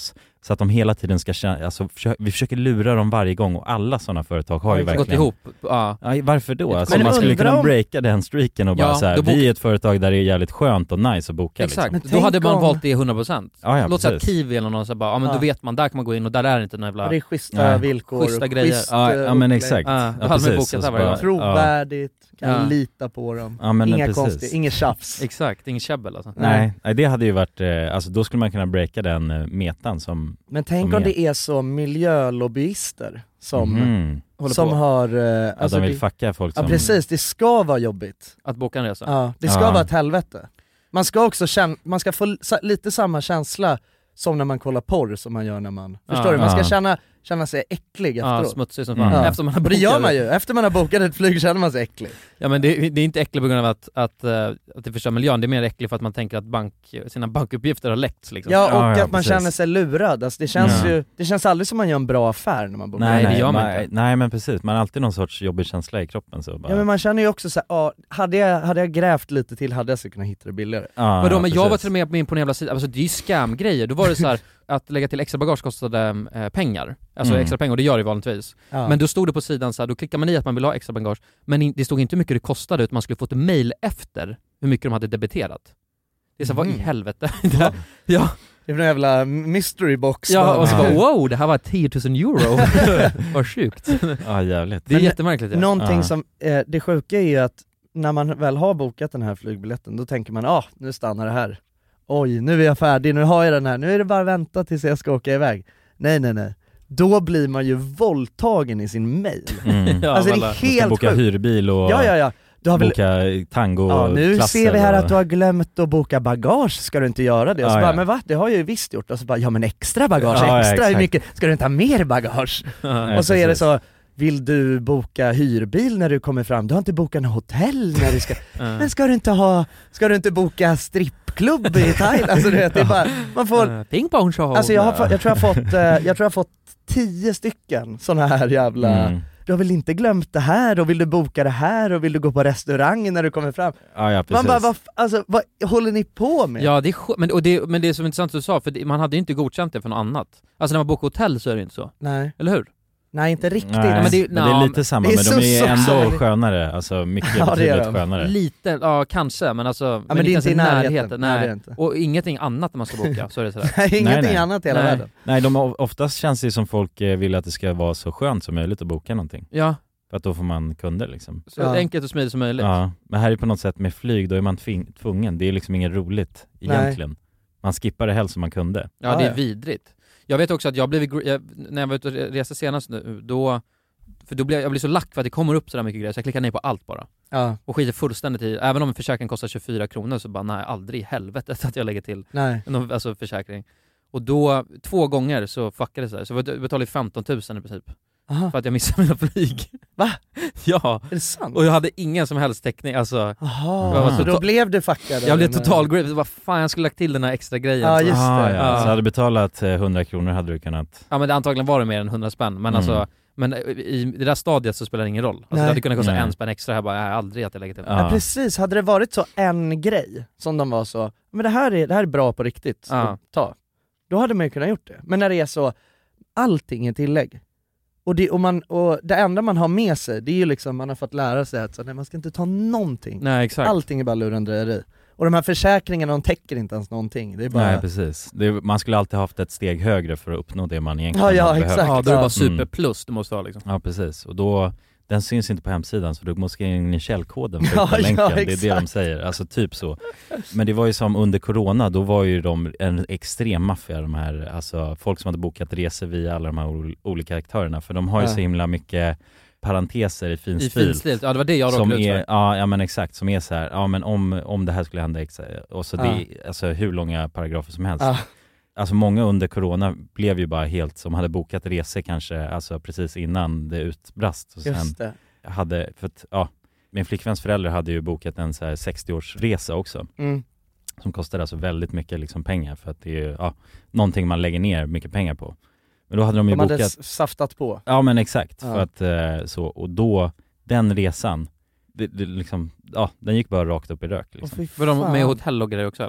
Speaker 3: Så att de hela tiden ska känna, alltså försö- vi försöker lura dem varje gång och alla sådana företag har ju
Speaker 1: gått
Speaker 3: verkligen
Speaker 1: ihop. Ja.
Speaker 3: Ja, varför då? Alltså
Speaker 7: Men
Speaker 3: man skulle
Speaker 7: undrar
Speaker 3: kunna
Speaker 7: om-
Speaker 3: breaka den streaken och bara
Speaker 1: Ja,
Speaker 3: så här,
Speaker 1: då bok-
Speaker 3: vi är ett företag där det är jävligt skönt och nice att boka
Speaker 1: Exakt,
Speaker 3: liksom.
Speaker 1: då
Speaker 7: tänk
Speaker 1: hade man
Speaker 7: om-
Speaker 1: valt det hundra procent.
Speaker 3: Ja, ja,
Speaker 1: Låt säga
Speaker 3: precis.
Speaker 1: Kiwi eller någon så bara, ja men
Speaker 7: Ja.
Speaker 1: då vet man, där kan man gå in och där är det inte någon jävla...
Speaker 7: Och det är schyssta
Speaker 3: Ja.
Speaker 7: villkor
Speaker 1: Schyssta
Speaker 7: och
Speaker 1: grejer.
Speaker 7: schysst,
Speaker 3: Ja,
Speaker 7: eh,
Speaker 3: ja men
Speaker 7: upplägg.
Speaker 3: exakt.
Speaker 1: Ja, då
Speaker 3: Ja,
Speaker 1: hade man
Speaker 3: precis.
Speaker 1: bokat
Speaker 3: Och så
Speaker 1: där varje
Speaker 3: bara-
Speaker 1: gång.
Speaker 7: Trovärdigt, kan
Speaker 1: Ja.
Speaker 7: lita på dem.
Speaker 3: Ja, men
Speaker 7: Inga
Speaker 3: precis.
Speaker 7: konstigt, inget tjafs.
Speaker 1: Exakt, ingen käbbel alltså.
Speaker 3: Nej, nej, det hade ju varit, eh, alltså då skulle man kunna breaka den eh, metan som...
Speaker 7: Men tänk
Speaker 3: Som
Speaker 7: om
Speaker 3: är-
Speaker 7: det är så miljölobbyister som,
Speaker 3: Mhm.
Speaker 1: Håller
Speaker 7: som
Speaker 1: på
Speaker 7: har... eh,
Speaker 3: Ja,
Speaker 7: Alltså
Speaker 3: de vill
Speaker 7: det,
Speaker 3: fucka folk
Speaker 7: ja
Speaker 3: som...
Speaker 7: precis, det ska vara jobbigt.
Speaker 1: att boka en resa.
Speaker 7: Ja, det ska
Speaker 3: Ja.
Speaker 7: vara ett helvete. Man ska också känna, man ska få sa- lite samma känsla som när man kollar porr som man gör när man, förstår
Speaker 1: Ja.
Speaker 7: du? Man ska
Speaker 3: Ja.
Speaker 7: känna, känna sig äcklig
Speaker 1: Ja,
Speaker 7: efteråt.
Speaker 1: smutsig som
Speaker 3: Mm.
Speaker 1: fan.
Speaker 7: Ja.
Speaker 1: Efter man har
Speaker 7: Och det
Speaker 1: bokat
Speaker 7: gör man ju, efter man har bokat ett flyg känner man sig äcklig.
Speaker 1: Ja men det, det är inte äckligt på grund av att, att, eh, att det förstör miljön, det är mer äckligt för att man tänker att bank, sina bankuppgifter har läckts liksom.
Speaker 7: Ja, och
Speaker 3: Ja, ja,
Speaker 7: att man
Speaker 3: precis.
Speaker 7: känner sig lurad, alltså det känns
Speaker 3: Ja.
Speaker 7: ju, det känns aldrig som man gör en bra affär när man bokar.
Speaker 1: Nej, det gör man
Speaker 3: man,
Speaker 1: inte.
Speaker 3: nej men precis, man har alltid någon sorts jobbig känsla i kroppen så bara...
Speaker 7: Ja men man känner ju också såhär, ja, hade jag, hade jag grävt lite till hade jag så kunnat hitta det billigare.
Speaker 3: Ja,
Speaker 1: Vadå,
Speaker 3: ja,
Speaker 1: men jag var
Speaker 3: precis.
Speaker 1: till och med in på en jävla sida, alltså det är ju scam-grejer, då var det så här att lägga till extra bagage kostade eh, pengar, alltså
Speaker 3: Mm.
Speaker 1: extra pengar, och det gör det vanligtvis.
Speaker 7: Ja.
Speaker 1: Men då stod det på sidan så här, då klickar man i att man vill ha extra bagage, men in, det stod inte hur mycket det kostade, utan man skulle få ett mail efter hur mycket de hade debiterat. Det är så här, vad i
Speaker 7: Mhm.
Speaker 1: helvete? Det här- ja,
Speaker 7: Det är en jävla mystery box.
Speaker 1: ja,
Speaker 7: bara.
Speaker 1: och så
Speaker 3: Ja.
Speaker 1: bara wow, det här var tio tusen euro. Vad sjukt.
Speaker 3: Ja jävligt.
Speaker 1: Det är
Speaker 7: Men
Speaker 1: jättemärkligt. Ja.
Speaker 7: Någonting
Speaker 3: Ja.
Speaker 7: som, eh, det sjuka är ju att när man väl har bokat den här flygbiljetten, då tänker man, ja ah, nu stannar det här. Oj, nu är jag färdig, nu har jag den här, nu är det bara att vänta tills jag ska åka iväg. Nej nej nej, då blir man ju våldtagen i sin mail.
Speaker 3: Mm.
Speaker 1: Ja,
Speaker 7: Alltså det
Speaker 1: alla-
Speaker 7: är
Speaker 3: Man ska
Speaker 7: helt
Speaker 3: boka
Speaker 7: sjukt.
Speaker 3: hyrbil och
Speaker 7: Ja ja ja, du har väl...
Speaker 3: boka tango
Speaker 7: Ja, nu
Speaker 3: klasser
Speaker 7: ser vi här
Speaker 3: och...
Speaker 7: att du har glömt att boka bagage, ska du inte göra det? Och så
Speaker 3: Ja,
Speaker 7: bara,
Speaker 3: ja.
Speaker 7: men va? Det har jag ju visst gjort. Och så bara, ja men extra bagage,
Speaker 3: Ja, ja,
Speaker 7: extra, hur
Speaker 3: exakt.
Speaker 7: mycket? Ska du inte ha mer bagage?
Speaker 3: Nej,
Speaker 7: Och så är det
Speaker 3: precis.
Speaker 7: så, vill du boka hyrbil när du kommer fram? Du har inte bokat en hotell när du ska... Men ska du inte ha, ska du inte boka strippklubb i Thailand? Alltså du vet, det är bara, man får...
Speaker 1: Uh, ping pong show.
Speaker 7: Alltså jag, har, fa- jag tror jag har fått, eh, jag tror jag har fått tio stycken såna här jävla...
Speaker 3: Mm.
Speaker 7: Du har väl inte glömt det här, och vill du boka det här, och vill du gå på restaurang när du kommer fram?
Speaker 3: Ja, ja, precis.
Speaker 7: Man bara, vad, f- alltså, vad håller ni på med?
Speaker 1: Ja, det är sj- men, och det, men det är så intressant att du sa, för det, man hade ju inte godkänt det för något annat. Alltså när man bokar hotell så är det inte så,
Speaker 7: Nej,
Speaker 1: eller hur?
Speaker 7: nej inte riktigt.
Speaker 3: Nej,
Speaker 1: men det är-
Speaker 3: men det är
Speaker 1: na,
Speaker 3: lite samma,
Speaker 7: det är
Speaker 3: men
Speaker 7: så
Speaker 3: de är
Speaker 7: så-
Speaker 3: ändå
Speaker 7: så-
Speaker 3: skönare, alltså mycket
Speaker 7: Ja, det är
Speaker 3: betydligt
Speaker 7: de.
Speaker 3: skönare.
Speaker 1: Lite, ja kanske, men alltså,
Speaker 7: Ja, men det är
Speaker 1: ens
Speaker 7: inte i närheten. Nej, det är
Speaker 1: Nej,
Speaker 7: det inte.
Speaker 1: och ingenting annat när man ska boka, så är det sådär.
Speaker 7: Nej, ingenting
Speaker 3: nej.
Speaker 7: annat i hela
Speaker 1: Nej.
Speaker 7: världen.
Speaker 3: Nej, de, oftast känns det som folk eh, vill att det ska vara så skönt som möjligt att boka någonting.
Speaker 1: Ja,
Speaker 3: För att då får man kunder liksom.
Speaker 1: så
Speaker 7: Ja.
Speaker 1: enkelt och smidigt som möjligt.
Speaker 3: Ja, men här är på något sätt med flyg, då är man tving- tvungen. Det är liksom inget roligt egentligen. Man skippar det helst som man kunde.
Speaker 1: Ja,
Speaker 7: Ja,
Speaker 1: det är
Speaker 7: ja. vidrigt.
Speaker 1: Jag vet också att jag blev, gr- jag, när jag var ute och reste senast nu, då, för då blev jag blir så lack för att det kommer upp så där mycket grejer, så jag klickar ner på allt bara.
Speaker 7: Ja,
Speaker 1: Och skiter fullständigt i, även om en försäkring kostar tjugofyra kronor så bara nej, aldrig i helvetet att jag lägger till
Speaker 7: nej.
Speaker 1: en alltså, försäkring. Och då, två gånger så fuckade det sig, så jag betalade femton tusen i princip.
Speaker 7: Aha,
Speaker 1: För att jag missade mina flyg.
Speaker 7: Va?
Speaker 1: Ja,
Speaker 7: är det sant?
Speaker 1: och jag hade ingen som helst täckning, alltså
Speaker 7: Jaha,
Speaker 3: Ah.
Speaker 7: så då blev du fuckad?
Speaker 1: jag blev
Speaker 7: eller?
Speaker 1: total grip, vad fan jag skulle lagt till den här extra grejen.
Speaker 7: Ja,
Speaker 1: Så-
Speaker 7: just
Speaker 3: ah,
Speaker 7: det.
Speaker 3: ja.
Speaker 1: Ja.
Speaker 3: Så hade du betalat eh, hundra kronor hade du kunnat...
Speaker 1: Ja men det, antagligen var det mer än hundra spänn, men
Speaker 3: Mm.
Speaker 1: alltså, men i det där stadiet så spelar det ingen roll. Alltså
Speaker 7: Nej.
Speaker 1: det hade kunnat kosta
Speaker 3: Nej.
Speaker 1: en spänn extra, jag bara, nej, aldrig att jag lägger till.
Speaker 3: Ja.
Speaker 7: Ja precis, hade det varit så en grej som de var så, men det här är, det här är bra på riktigt,
Speaker 1: Ja.
Speaker 7: att ta. Då hade man ju kunnat gjort det. Men när det är så, allting är tillägg. Och det, och man, och det enda man har med sig, det är ju liksom, man har fått lära sig att så, nej, man ska inte ta någonting.
Speaker 1: Nej exakt.
Speaker 7: Allting är bara lurendrejeri. Och de här försäkringarna, de täcker inte ens någonting. Det är bara...
Speaker 3: Nej precis. Det, man skulle alltid haft ett steg högre för att uppnå det man egentligen
Speaker 7: Ja, ja,
Speaker 3: hade
Speaker 7: exakt.
Speaker 3: behövt.
Speaker 1: Ja, då är det bara
Speaker 7: Mm.
Speaker 1: superplus du måste ha liksom.
Speaker 3: Ja precis, och då, den syns inte på hemsidan så du måste gå in i källkoden för
Speaker 7: Ja,
Speaker 3: att öppna
Speaker 7: ja,
Speaker 3: länken, det är det
Speaker 7: exakt.
Speaker 3: de säger, alltså typ så. Men det var ju som under corona, då var ju de en extrem maffia, de här, alltså folk som hade bokat resor via alla de här ol- olika aktörerna, för de har ju
Speaker 7: Ja.
Speaker 3: så himla mycket parenteser i fin
Speaker 1: I
Speaker 3: stil.
Speaker 1: fin stil, ja det var det jag
Speaker 3: Som
Speaker 1: råkade ut
Speaker 3: är,
Speaker 1: för.
Speaker 3: ja, ja men exakt, som är så här, ja men om, om det här skulle hända exakt, och så
Speaker 7: Ja.
Speaker 3: det är alltså hur långa paragrafer som helst.
Speaker 7: Ja.
Speaker 3: Alltså många under corona blev ju bara helt, som hade bokat resor kanske, alltså precis innan det utbrast. Och sen
Speaker 7: Just det.
Speaker 3: hade, för att, ja, min flickväns föräldrar hade ju bokat en så här sextio-årsresa också.
Speaker 7: Mm.
Speaker 3: Som kostade alltså väldigt mycket liksom pengar, för att det är ju, ja, någonting man lägger ner mycket pengar på. Men då hade de ju
Speaker 7: De hade
Speaker 3: bokat...
Speaker 7: s- saftat på.
Speaker 3: Ja men exakt,
Speaker 7: Ja.
Speaker 3: för att eh, så, och då, den resan, det, det liksom, ja, den gick bara rakt upp i rök liksom.
Speaker 7: Åh, fy
Speaker 1: Var de
Speaker 7: fan.
Speaker 1: med hotell och grejer också eller?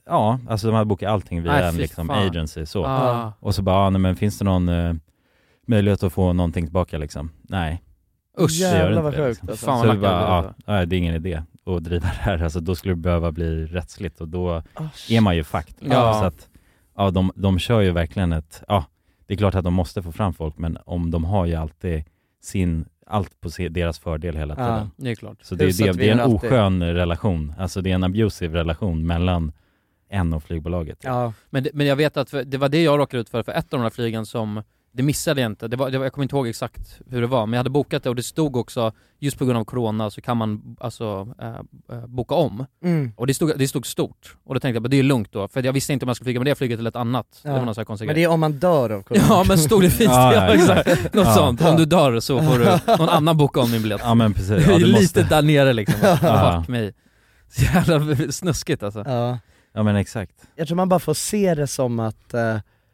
Speaker 3: Ja, alltså de hade bokat allting via
Speaker 1: Nej,
Speaker 3: en
Speaker 1: fy
Speaker 3: liksom
Speaker 1: fan.
Speaker 3: agency så.
Speaker 1: Ah.
Speaker 3: Och så bara, ah, nej, men finns det någon eh, möjlighet att få någonting tillbaka liksom? Nej.
Speaker 1: Usch,
Speaker 3: det gör
Speaker 7: jävlar
Speaker 3: inte
Speaker 7: vad
Speaker 3: det,
Speaker 7: sjukt
Speaker 3: liksom.
Speaker 7: alltså.
Speaker 1: Fan vad
Speaker 3: Så vi
Speaker 1: lackade
Speaker 3: bara,
Speaker 1: det
Speaker 3: ja,
Speaker 1: var.
Speaker 3: nej, det är ingen idé att driva det här. Alltså då skulle det behöva bli rättsligt och då
Speaker 7: Oh,
Speaker 3: är man ju fakt.
Speaker 1: Ja.
Speaker 3: Så att, ja, de, de kör ju verkligen ett, ja, det är klart att de måste få fram folk, men om de har ju alltid sin, allt på se, deras fördel hela tiden.
Speaker 7: Ja.
Speaker 1: Det är klart.
Speaker 3: Så det,
Speaker 7: Huset
Speaker 3: det, det är en
Speaker 7: vinner alltid.
Speaker 3: oskön relation, alltså det är en abusive relation mellan en och flygbolaget.
Speaker 7: Ja.
Speaker 1: Men det, men jag vet att för, det var det jag råkade ut för, för ett av de här flygen som, det missade jag inte, det var, det var, jag kommer inte ihåg exakt hur det var, men jag hade bokat det och det stod också, just på grund av corona så kan man alltså äh, äh, boka om.
Speaker 7: Mm.
Speaker 1: Och det stod, det stod stort, och då tänkte jag, men det är lugnt då, för jag visste inte om jag skulle flyga med det flyget eller ett annat.
Speaker 7: Ja.
Speaker 1: Det var någon sån här konstig
Speaker 7: Men
Speaker 1: grej.
Speaker 7: det är om man dör av corona.
Speaker 1: Ja, men stod det fint,
Speaker 3: Ja,
Speaker 1: ja,
Speaker 3: ja,
Speaker 1: exakt. Något
Speaker 3: Ja.
Speaker 1: sånt, om du dör så får du någon annan boka om din biljett.
Speaker 3: Ja men precis.
Speaker 1: Det
Speaker 3: Ja,
Speaker 1: är
Speaker 3: du
Speaker 1: lite
Speaker 3: måste...
Speaker 1: där nere liksom.
Speaker 3: Ja.
Speaker 1: Fuck mig. Så jävla snuskigt alltså.
Speaker 7: Ja.
Speaker 3: ja men exakt.
Speaker 7: Jag tror man bara får se det som att, eh,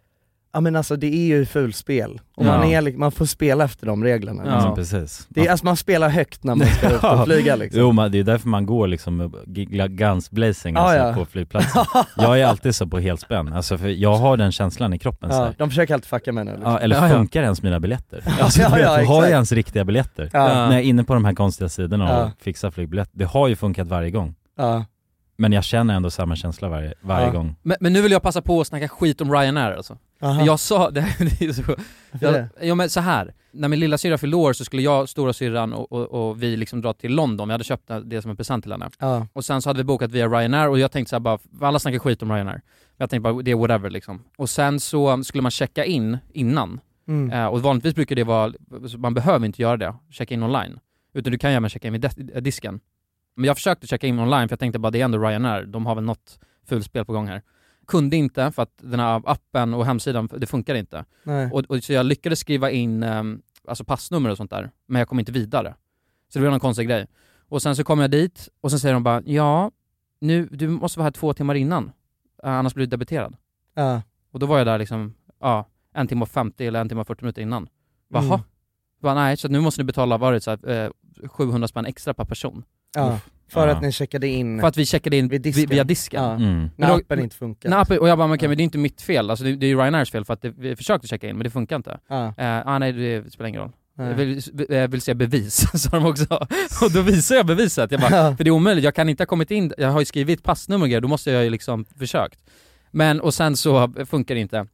Speaker 7: ja men alltså det är ju fulspel. Och
Speaker 3: Ja.
Speaker 7: man, är, man får spela efter de reglerna.
Speaker 1: Ja.
Speaker 3: Ja,
Speaker 7: Liksom.
Speaker 3: men precis.
Speaker 7: Det är, alltså man spelar högt när man ska ut och flyga liksom.
Speaker 3: Jo, men det är därför man går liksom guns blazing
Speaker 7: Ah,
Speaker 3: alltså,
Speaker 7: ja.
Speaker 3: på flygplatsen. Jag är alltid så på helspänn, alltså för jag har den känslan i kroppen så
Speaker 7: Ja,
Speaker 3: här.
Speaker 7: de försöker alltid fucka med nu liksom.
Speaker 3: Ja, eller
Speaker 1: Ja, ja.
Speaker 3: funkar ens mina biljetter? Alltså,
Speaker 7: ja,
Speaker 3: du vet,
Speaker 7: ja,
Speaker 3: har
Speaker 7: exakt.
Speaker 3: jag ens riktiga biljetter?
Speaker 7: Ja.
Speaker 1: Ja.
Speaker 3: När jag är inne på de här konstiga sidorna och
Speaker 7: Ja.
Speaker 3: fixar flygbiljetter, det har ju funkat varje gång.
Speaker 7: Ja.
Speaker 3: Men jag känner ändå samma känsla varje, varje
Speaker 7: Ja.
Speaker 3: gång.
Speaker 1: Men, men nu vill jag passa på att snacka skit om Ryanair alltså.
Speaker 7: Aha.
Speaker 1: Jag sa, det, det är så,
Speaker 7: Varför
Speaker 1: jag,
Speaker 7: det?
Speaker 1: ja, men så här. När min lilla syra fyllde år så skulle jag, stora syrran och, och, och vi liksom dra till London. Jag hade köpt det som en present till henne.
Speaker 7: Ja.
Speaker 1: Och sen så hade vi bokat via Ryanair och jag tänkte så här bara, alla snackar skit om Ryanair. Jag tänkte bara, det är whatever liksom. Och sen så skulle man checka in innan.
Speaker 7: Mm.
Speaker 1: Eh, och vanligtvis brukar det vara, man behöver inte göra det, checka in online. Utan du kan gärna checka in vid de- disken. Men jag försökte checka in online för jag tänkte bara, det är ändå Ryanair, de har väl något fulspel på gång här. Kunde inte för att den här appen och hemsidan, det funkar inte.
Speaker 7: Nej.
Speaker 1: Och, och så jag lyckades skriva in um, alltså passnummer och sånt där, men jag kom inte vidare. Så det var någon konstig grej. Och sen så kom jag dit och sen säger de bara, ja, nu, du måste vara här två timmar innan, uh, annars blir du debiterad.
Speaker 7: Ja.
Speaker 1: Och då var jag där liksom, ja, en timme och femtio eller en timme och fyrtio minuter innan. Jaha.
Speaker 7: Mm.
Speaker 1: Bara, nej, så nu måste ni betala, var det så här, eh, sjuhundra spänn extra per person.
Speaker 7: Ja. För
Speaker 3: Ja.
Speaker 7: att ni checkade in
Speaker 1: För att vi checkade in
Speaker 7: Vid
Speaker 1: vi-
Speaker 7: disken.
Speaker 1: via disken.
Speaker 7: Ja.
Speaker 3: Mm.
Speaker 7: när
Speaker 1: Men då-
Speaker 7: appen inte funkar.
Speaker 1: Nej, appen- och jag bara, men, okej,
Speaker 7: Ja.
Speaker 1: men det är inte mitt fel, alltså, det, det är ju Ryanairs fel för att det, vi försökte checka in men det funkar inte.
Speaker 7: Ja.
Speaker 1: Eh, ah, nej, det spelar ingen roll.
Speaker 7: Nej.
Speaker 1: Jag vill, jag vill se bevis, sa de också. Och då visar jag beviset. Jag bara,
Speaker 7: Ja.
Speaker 1: för det är omöjligt, jag kan inte ha kommit in, jag har ju skrivit passnummer och grejer, då måste jag ju liksom försökt. Men, och sen så funkar det inte.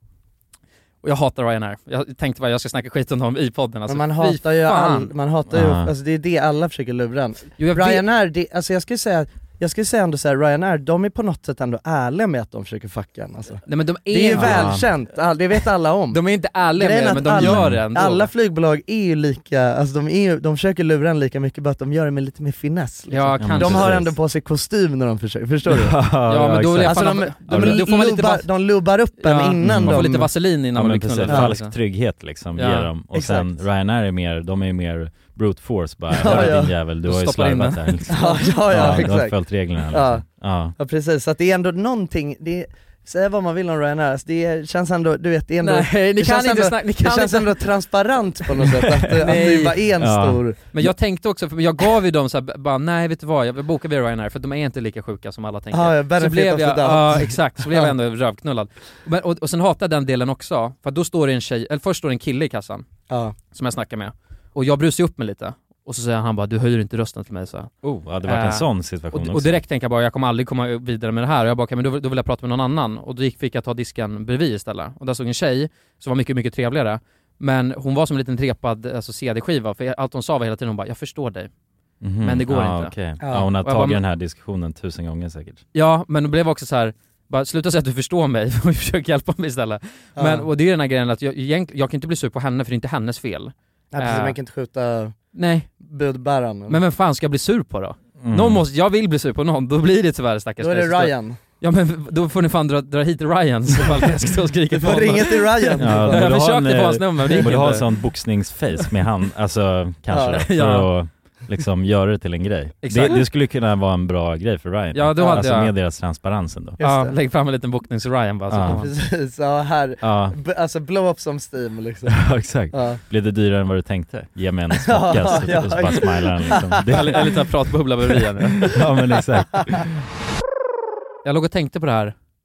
Speaker 1: Och jag hatar Ryanair. Jag tänkte bara jag ska snacka skit om dem i podden. Alltså,
Speaker 7: Men man
Speaker 1: fy
Speaker 7: hatar ju
Speaker 1: fan.
Speaker 7: all, man hatar ju,
Speaker 3: Ja.
Speaker 7: alltså det är det alla försöker lura en.
Speaker 1: Jo, jag vet-
Speaker 7: Ryanair, det, alltså jag skulle säga, jag skulle säga ändå såhär, Ryanair, de är på något sätt ändå ärliga med att de försöker fucka en alltså.
Speaker 1: Nej, men de är,
Speaker 7: Det är ju
Speaker 1: ja.
Speaker 7: välkänt, all, det vet alla om.
Speaker 1: De är inte ärliga
Speaker 7: Grejen
Speaker 1: med
Speaker 7: är
Speaker 1: det, men de
Speaker 7: att alla,
Speaker 1: gör det ändå.
Speaker 7: alla flygbolag är ju lika, alltså de, är ju, de försöker lura en lika mycket, bara att de gör det med lite mer finess liksom.
Speaker 1: Ja,
Speaker 3: Ja,
Speaker 1: kanske.
Speaker 7: De har
Speaker 3: precis.
Speaker 7: ändå på sig kostym när de försöker, förstår du?
Speaker 1: Ja, men då vill jag
Speaker 7: Alltså
Speaker 1: fan
Speaker 7: de,
Speaker 1: ha-
Speaker 7: de,
Speaker 1: Ja, då får man lite
Speaker 7: lubbar,
Speaker 1: vas-
Speaker 7: de lubbar upp en
Speaker 1: Ja,
Speaker 7: innan
Speaker 1: man får
Speaker 7: de...
Speaker 1: lite vaselin innan
Speaker 3: Ja,
Speaker 1: man
Speaker 3: men
Speaker 1: blir
Speaker 3: precis,
Speaker 1: knullad.
Speaker 3: falsk
Speaker 1: liksom.
Speaker 3: trygghet liksom
Speaker 1: Ja,
Speaker 3: ger dem. Och
Speaker 7: exakt.
Speaker 3: sen Ryanair är mer, de är mer brute force bara,
Speaker 7: Ja,
Speaker 3: hör
Speaker 7: ja.
Speaker 3: din jävel, du
Speaker 1: Då
Speaker 3: har ju
Speaker 1: stoppar in
Speaker 3: slarvat
Speaker 1: den.
Speaker 3: där liksom.
Speaker 7: Ja, ja, ja,
Speaker 3: Du har
Speaker 7: exakt.
Speaker 3: följt reglerna
Speaker 7: Ja.
Speaker 3: liksom. Ja.
Speaker 7: Ja precis, så att det är ändå någonting, det är, säga vad man vill om Ryanair, alltså det är, känns ändå, du vet det är ändå,
Speaker 1: Nej, ni
Speaker 7: det
Speaker 1: kan
Speaker 7: känns
Speaker 1: inte
Speaker 7: ändå,
Speaker 1: snacka, ni
Speaker 7: det
Speaker 1: kan
Speaker 7: känns
Speaker 1: inte.
Speaker 7: ändå transparent på något sätt, att, det- att
Speaker 1: Nej.
Speaker 7: det bara är en
Speaker 3: Ja.
Speaker 7: stor...
Speaker 1: Men jag tänkte också, för jag gav ju dem så här, bara nej vet du vad, jag bokar via Ryanair för de är inte lika sjuka som alla tänker.
Speaker 7: Ja, ja,
Speaker 1: Så
Speaker 7: benefit
Speaker 1: blev
Speaker 7: of
Speaker 1: jag,
Speaker 7: the doubt.
Speaker 1: ja exakt, så blev jag
Speaker 7: Ja.
Speaker 1: ändå rövknullad. Men, och, och sen hatar jag den delen också, för då står det en tjej, eller först står det en kille i kassan
Speaker 7: Ja.
Speaker 1: som jag snackar med. Och jag brusar upp mig lite. Och så säger han bara, du höjer inte rösten till mig så.
Speaker 3: Oh, ja, det var
Speaker 1: Äh,
Speaker 3: en sån situation
Speaker 1: Och,
Speaker 3: också.
Speaker 1: och direkt tänker jag bara, jag kommer aldrig komma vidare med det här. Och jag bara, okay, men då, då vill jag prata med någon annan. Och då gick, fick jag ta disken bredvid istället. Och där stod en tjej som var mycket, mycket trevligare. Men hon var som en liten trepad alltså C D-skiva. För allt hon sa var hela tiden, hon bara, jag förstår dig.
Speaker 3: Mhm.
Speaker 1: men det går
Speaker 3: ja,
Speaker 1: inte.
Speaker 3: okej.
Speaker 7: Ja.
Speaker 3: Ja, hon har
Speaker 1: Och jag
Speaker 3: tagit
Speaker 1: bara-
Speaker 3: den här diskussionen tusen gånger säkert.
Speaker 1: Ja, men det blev också så här. Bara sluta säga att du förstår mig och försök hjälpa mig istället.
Speaker 7: Ja.
Speaker 1: Men, och det är den här grejen att jag, jag, jag kan inte bli sur på henne för det är inte hennes fel.
Speaker 7: Nej precis,
Speaker 1: Äh.
Speaker 7: man kan inte skjuta
Speaker 1: Nej,
Speaker 7: budbäraren.
Speaker 1: men vem fan ska jag bli sur på då?
Speaker 3: Mm.
Speaker 1: Någon måste, jag vill bli sur på någon, då blir det tyvärr stackars
Speaker 7: Då är det
Speaker 1: mig. Så-
Speaker 7: Ryan.
Speaker 1: Ja men då får ni fan dra, dra hit Ryan så fall jag ska stå och skrika
Speaker 7: Du
Speaker 1: på
Speaker 7: får
Speaker 1: honom.
Speaker 7: ringa till Ryan.
Speaker 3: Ja,
Speaker 1: Jag
Speaker 3: borde ha
Speaker 1: försökte
Speaker 3: en,
Speaker 1: få hans nummer men det
Speaker 3: Du
Speaker 1: gick
Speaker 3: borde ha en
Speaker 1: inte.
Speaker 3: sån boxningsface med hand, alltså kanske
Speaker 7: Ja.
Speaker 3: för
Speaker 1: Ja.
Speaker 3: att liksom göra det till en grej. Det,
Speaker 1: Exakt.
Speaker 3: det skulle kunna vara en bra grej för Ryan.
Speaker 1: Ja, då hade
Speaker 3: alltså
Speaker 1: jag-
Speaker 3: med deras transparens ändå.
Speaker 7: Just
Speaker 1: Ja,
Speaker 7: det.
Speaker 1: lägg fram en liten bocknings Ryan bara så
Speaker 3: Ja.
Speaker 1: får man-
Speaker 7: Precis, ja här,
Speaker 3: Ja,
Speaker 7: B- alltså blow up som Steam liksom.
Speaker 3: ja exakt.
Speaker 7: Ja.
Speaker 3: Blev det dyrare än vad du tänkte? Ge mig en
Speaker 7: Ja,
Speaker 3: smockas
Speaker 7: ja,
Speaker 3: och så bara smilar han liksom. Det,
Speaker 1: En en liten pratbubbla med Ryan.
Speaker 3: ja men exakt.
Speaker 1: Jag låg och tänkte på det här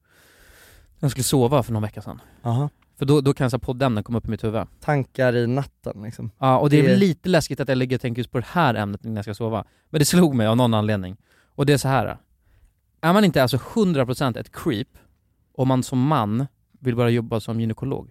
Speaker 1: Jag skulle sova för någon vecka sedan.
Speaker 7: Aha.
Speaker 1: För då, då kan så här poddämnen komma upp i mitt huvud.
Speaker 7: Tankar i natten liksom.
Speaker 1: Ja, och det är
Speaker 7: Det-
Speaker 1: lite läskigt att jag ligger och tänker just på det här ämnet när jag ska sova. Men det slog mig av någon anledning. Och det är så här. Är man inte alltså hundra procent ett creep om man som man vill bara jobba som gynekolog?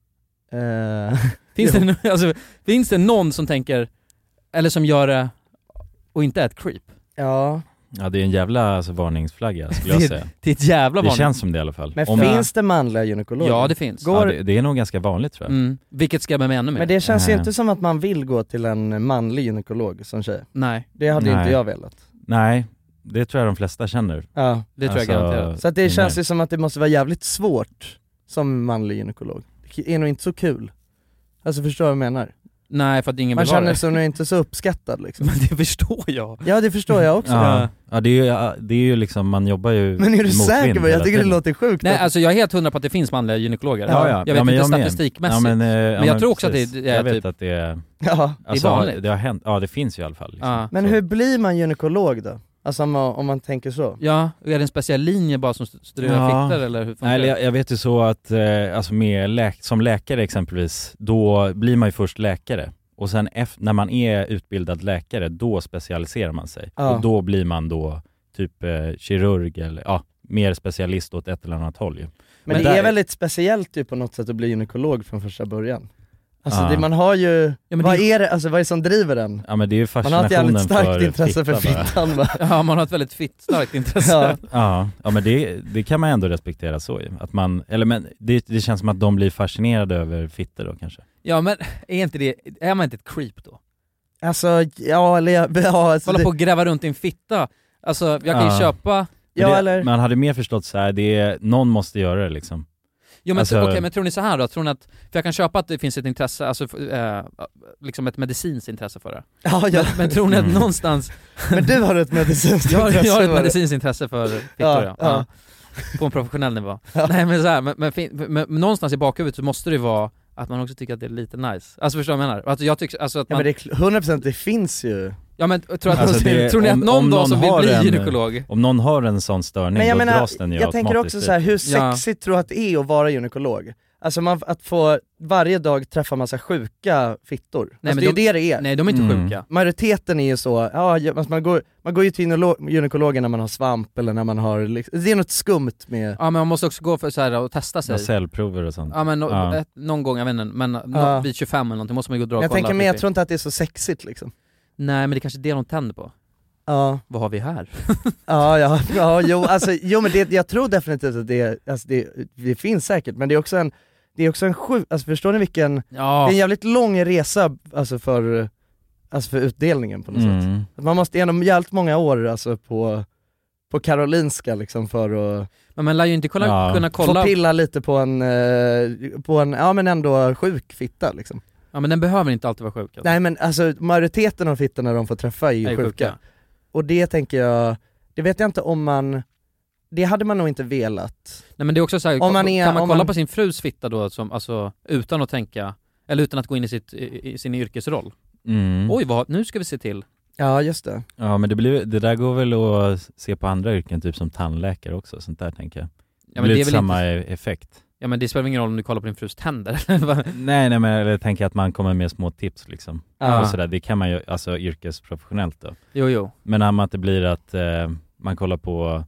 Speaker 7: Eh,
Speaker 1: Finns
Speaker 7: jo.
Speaker 1: det, no- alltså, finns det någon som tänker, eller som gör det och inte är ett creep?
Speaker 7: Ja,
Speaker 3: Ja, det är en jävla alltså, varningsflagga skulle jag
Speaker 1: Det-
Speaker 3: säga.
Speaker 1: Det är ett jävla
Speaker 3: Det
Speaker 1: vanligt.
Speaker 3: känns som det i alla fall.
Speaker 7: men
Speaker 3: Om-
Speaker 7: finns det manliga gynekologer?
Speaker 1: Ja, det finns.
Speaker 7: Går-
Speaker 3: ja, det, det är nog ganska vanligt tror jag.
Speaker 1: Mm. Vilket skrämmer mig ännu mer.
Speaker 7: Men det känns ju
Speaker 3: Nej.
Speaker 7: inte som att man vill gå till en manlig gynekolog som tjej.
Speaker 1: Nej,
Speaker 7: Det hade
Speaker 3: Nej.
Speaker 7: inte jag velat.
Speaker 3: Nej, det tror jag de flesta känner.
Speaker 7: Ja.
Speaker 1: det tror jag
Speaker 3: Alltså,
Speaker 1: garanterat.
Speaker 7: Så att det
Speaker 3: Nej.
Speaker 7: känns ju som att det måste vara jävligt svårt som manlig gynekolog. Det är nog inte så kul. Alltså förstår du vad jag menar?
Speaker 1: Nej, för att ingen
Speaker 7: Man
Speaker 1: vill ha
Speaker 7: känner
Speaker 1: det.
Speaker 7: sig nog inte så uppskattad liksom.
Speaker 1: Men det förstår jag.
Speaker 7: Ja, det förstår jag också.
Speaker 3: Ja, ja det, är ju, ja, det är ju liksom, man jobbar ju
Speaker 7: Men är du
Speaker 3: mot
Speaker 7: säker
Speaker 3: vind
Speaker 7: på? Jag
Speaker 3: hela
Speaker 7: tycker det
Speaker 3: tiden.
Speaker 7: låter sjukt.
Speaker 1: Nej,
Speaker 7: att-
Speaker 1: alltså jag är helt hundra på att det finns manliga gynekologer.
Speaker 3: Ja, ja.
Speaker 1: Jag vet
Speaker 3: ja, men
Speaker 1: inte
Speaker 3: jag med.
Speaker 1: statistikmässigt.
Speaker 3: Ja, men, eh, ja,
Speaker 1: jag tror också att
Speaker 3: precis.
Speaker 1: det är
Speaker 3: Jag vet
Speaker 1: typ-
Speaker 3: att det är...
Speaker 7: ja.
Speaker 3: Alltså,
Speaker 1: vanligt.
Speaker 3: det har hänt, ja det finns ju i alla fall. Liksom.
Speaker 1: Ja.
Speaker 7: Men
Speaker 3: Så.
Speaker 7: hur blir man gynekolog då? Alltså om man, om man tänker så.
Speaker 1: Ja, är det en speciell linje bara som studerar
Speaker 3: Ja.
Speaker 1: fittor eller hur funkar
Speaker 3: Nej, eller
Speaker 1: det?
Speaker 3: jag, jag vet ju så att eh, alltså med läk- som läkare exempelvis, då blir man ju först läkare. Och sen efter, när man är utbildad läkare, då specialiserar man sig.
Speaker 7: Ja.
Speaker 3: Och då blir man då typ eh, kirurg eller ja, mer specialist åt ett eller annat håll ju.
Speaker 7: Men,
Speaker 3: Men
Speaker 7: det
Speaker 3: där-
Speaker 7: är väldigt speciellt ju på något sätt att bli gynekolog från första början. Alltså
Speaker 3: Ja.
Speaker 7: det, man har ju,
Speaker 1: men
Speaker 7: vad
Speaker 1: det-
Speaker 7: är det, alltså vad är det som driver den?
Speaker 3: Ja men det är ju
Speaker 7: Man har ett
Speaker 3: fascinationen
Speaker 7: jävligt starkt
Speaker 3: för
Speaker 7: intresse för
Speaker 3: fitta bara.
Speaker 7: fittan va?
Speaker 1: Ja, man har ett väldigt fitt, starkt intresse.
Speaker 7: Ja.
Speaker 3: Ja, ja men det, det kan man ändå respektera så ju. Att man, eller men det, det känns som att de blir fascinerade över fitter då kanske.
Speaker 1: Ja, men är inte det, är man inte ett creep då?
Speaker 7: Alltså, ja eller ja, ja alltså
Speaker 1: Hålla
Speaker 7: det,
Speaker 1: på och gräva runt i en fitta. Alltså, jag kan ju
Speaker 3: Ja.
Speaker 1: köpa...
Speaker 3: Men
Speaker 7: ja
Speaker 3: det,
Speaker 7: eller,
Speaker 3: Man hade mer förstått så här, det är, någon måste göra det liksom.
Speaker 1: Jo men
Speaker 3: Alltså-
Speaker 1: okej, men tror ni så här då? Tror ni att, för jag kan köpa att det finns ett intresse, alltså f- eh, liksom ett medicinskt intresse för det.
Speaker 7: ja, ja.
Speaker 1: Men, men tror ni att
Speaker 3: Mm.
Speaker 1: någonstans...
Speaker 7: Men du har ett medicinskt
Speaker 1: jag,
Speaker 7: intresse
Speaker 1: jag har ett
Speaker 7: för det.
Speaker 1: medicinskt intresse för fittor,
Speaker 7: Ja,
Speaker 1: ja.
Speaker 7: ja.
Speaker 1: Ja. På en professionell nivå.
Speaker 7: Ja.
Speaker 1: Nej men så här, men, men, fin- men, men någonstans i bakhuvudet så måste det vara att man också tycker att det är lite nice. Alltså förstår du vad jag menar? Alltså, jag tycker, alltså att
Speaker 7: Ja
Speaker 1: man,
Speaker 7: men det är hundra procent, det finns ju.
Speaker 1: ja men tror, att,
Speaker 3: Alltså, det-
Speaker 1: tror ni
Speaker 3: om-
Speaker 1: att någon
Speaker 3: om
Speaker 1: då
Speaker 3: någon
Speaker 1: som vill
Speaker 3: har
Speaker 1: bli
Speaker 3: en-
Speaker 1: gynekolog?
Speaker 3: Om någon har en sån störning,
Speaker 7: Men jag
Speaker 3: då
Speaker 7: menar,
Speaker 3: dras den ju
Speaker 7: jag tänker också
Speaker 3: automatiskt
Speaker 7: så här,
Speaker 3: dit.
Speaker 7: hur
Speaker 1: Ja.
Speaker 7: sexigt tror du att det är att vara gynekolog? Alltså man, att få varje dag träffa massa sjuka fittor.
Speaker 1: Nej,
Speaker 7: alltså
Speaker 1: men
Speaker 7: det är
Speaker 1: de-
Speaker 7: det det är.
Speaker 1: Nej de är inte
Speaker 3: Mm.
Speaker 1: sjuka.
Speaker 7: Majoriteten är ju så, ja, ja, alltså man, går, man går ju till gynelo- gynekologen när man har svamp eller när man har, liksom, det är något skumt med...
Speaker 1: Ja men man måste också gå för så här och testa sig.
Speaker 3: Ja, cellprover och sånt.
Speaker 1: Ja men no,
Speaker 3: Ja.
Speaker 1: Ett, någon gång, jag vet inte, men
Speaker 7: Ja.
Speaker 1: no, vid tjugofem eller någonting måste man ju gå och dra och
Speaker 7: Jag
Speaker 1: kolla.
Speaker 7: tänker men jag
Speaker 1: typ.
Speaker 7: tror inte att det är så sexigt liksom.
Speaker 1: Nej men det är kanske är det de tänder på.
Speaker 7: Ja,
Speaker 1: Vad har vi här?
Speaker 7: ja, ja, ja jo, alltså, jo men det, jag tror definitivt att det, alltså det, det finns säkert, men det är också en, det är också en sjuk, alltså förstår ni vilken,
Speaker 1: Ja.
Speaker 7: det är en jävligt lång resa alltså för, alltså för utdelningen på något sätt.
Speaker 3: Mm.
Speaker 7: Att man måste igenom jävligt många år alltså på, på Karolinska liksom för att
Speaker 1: Men man lär ju inte kolla,
Speaker 3: Ja.
Speaker 1: kunna
Speaker 7: få
Speaker 1: kolla.
Speaker 7: pilla lite på en, eh, på en, ja men ändå sjuk fitta liksom.
Speaker 1: Ja men den behöver inte alltid vara sjuk. Alltså.
Speaker 7: Nej men alltså majoriteten av fittorna de får träffa är ju
Speaker 1: Nej,
Speaker 7: sjuka. Och det tänker jag, det vet jag inte om man, det hade man nog inte velat.
Speaker 1: Nej men det är också så här,
Speaker 7: Om man är-
Speaker 1: kan man
Speaker 7: om
Speaker 1: kolla
Speaker 7: man-
Speaker 1: på sin frus fitta då, som, alltså, utan att tänka, eller utan att gå in i, sitt, i, i sin yrkesroll?
Speaker 3: Mm.
Speaker 1: Oj, vad, nu ska vi se till.
Speaker 7: Ja just det.
Speaker 3: Ja men det, blir, det där går väl att se på andra yrken, typ som tandläkare också, sånt där tänker jag. Det
Speaker 1: Ja men,
Speaker 3: blir
Speaker 1: det är
Speaker 3: lite
Speaker 1: väl
Speaker 3: samma
Speaker 1: inte,
Speaker 3: e- effekt.
Speaker 1: ja men det spelar ingen roll om du kollar på din frus tänder.
Speaker 3: Nej nej men jag tänker att man kommer med små tips liksom.
Speaker 1: Ja.
Speaker 3: Och sådär, det kan man ju, alltså yrkesprofessionellt då.
Speaker 1: Jo jo.
Speaker 3: Men om att det blir att eh, man kollar på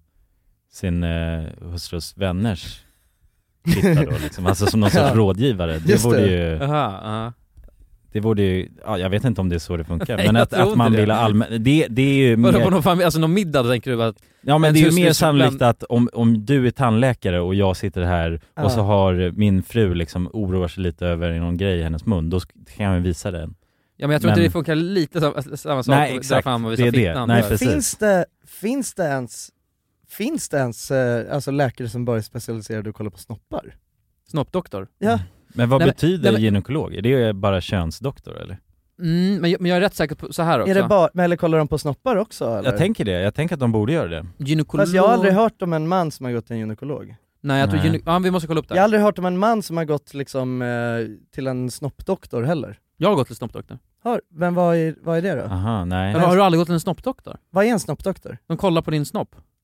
Speaker 3: sin eh, hustrus vänners titta då liksom, alltså som någon sorts
Speaker 7: Ja.
Speaker 3: rådgivare. Det
Speaker 7: Just
Speaker 3: borde
Speaker 7: det.
Speaker 3: ju,
Speaker 1: Aha, aha.
Speaker 3: det borde ju, ja, jag vet inte om det är så det funkar,
Speaker 1: Nej,
Speaker 3: men
Speaker 1: jag
Speaker 3: att,
Speaker 1: tror
Speaker 3: att man
Speaker 1: inte det.
Speaker 3: vill ha allmän, det, det är ju
Speaker 1: Vadå, på
Speaker 3: mer,
Speaker 1: någon, familj, alltså någon middag då tänker du att,
Speaker 3: ja men
Speaker 1: men
Speaker 3: det är ju
Speaker 1: just-
Speaker 3: mer
Speaker 1: just
Speaker 3: sannolikt
Speaker 1: bland-
Speaker 3: att om, om du är tandläkare och jag sitter här
Speaker 7: Ja.
Speaker 3: och så har min fru liksom oroar sig lite över någon grej i hennes mun, då sk- kan jag visa den.
Speaker 1: ja men jag tror
Speaker 3: Men-
Speaker 1: inte det funkar lite som, samma sak.
Speaker 3: Nej,
Speaker 1: att dra
Speaker 3: exakt.
Speaker 1: fram och visa
Speaker 3: Det är det.
Speaker 1: fittan.
Speaker 3: Nej,
Speaker 1: För-
Speaker 3: precis.
Speaker 7: Finns det, finns det ens, finns det ens eh, alltså läkare som bara är specialiserade och kollar på snoppar?
Speaker 1: Snoppdoktor.
Speaker 7: Ja.
Speaker 3: Men vad
Speaker 1: Nej, men-
Speaker 3: betyder
Speaker 1: nej, men-
Speaker 3: gynekolog? Är det bara könsdoktor eller?
Speaker 1: Mm, men, jag, men jag är rätt säker på så här också.
Speaker 7: Är det bara, eller kollar de på snoppar också eller?
Speaker 3: Jag tänker det, jag tänker att de borde göra det.
Speaker 1: Gynekolog.
Speaker 7: Fast jag har aldrig hört om en man som har gått till en gynekolog.
Speaker 1: Nej jag tror
Speaker 3: Nej.
Speaker 1: gyne... ja, vi måste kolla upp det.
Speaker 7: Jag har aldrig hört om en man som har gått liksom eh, till en snoppdoktor heller.
Speaker 1: Jag har gått till snoppdoktor.
Speaker 7: Har, men vad är, vad är det då?
Speaker 3: Aha, nej.
Speaker 1: Eller har du aldrig gått till en snoppdoktor?
Speaker 7: Vad är en snoppdoktor?
Speaker 1: De kollar på din snopp.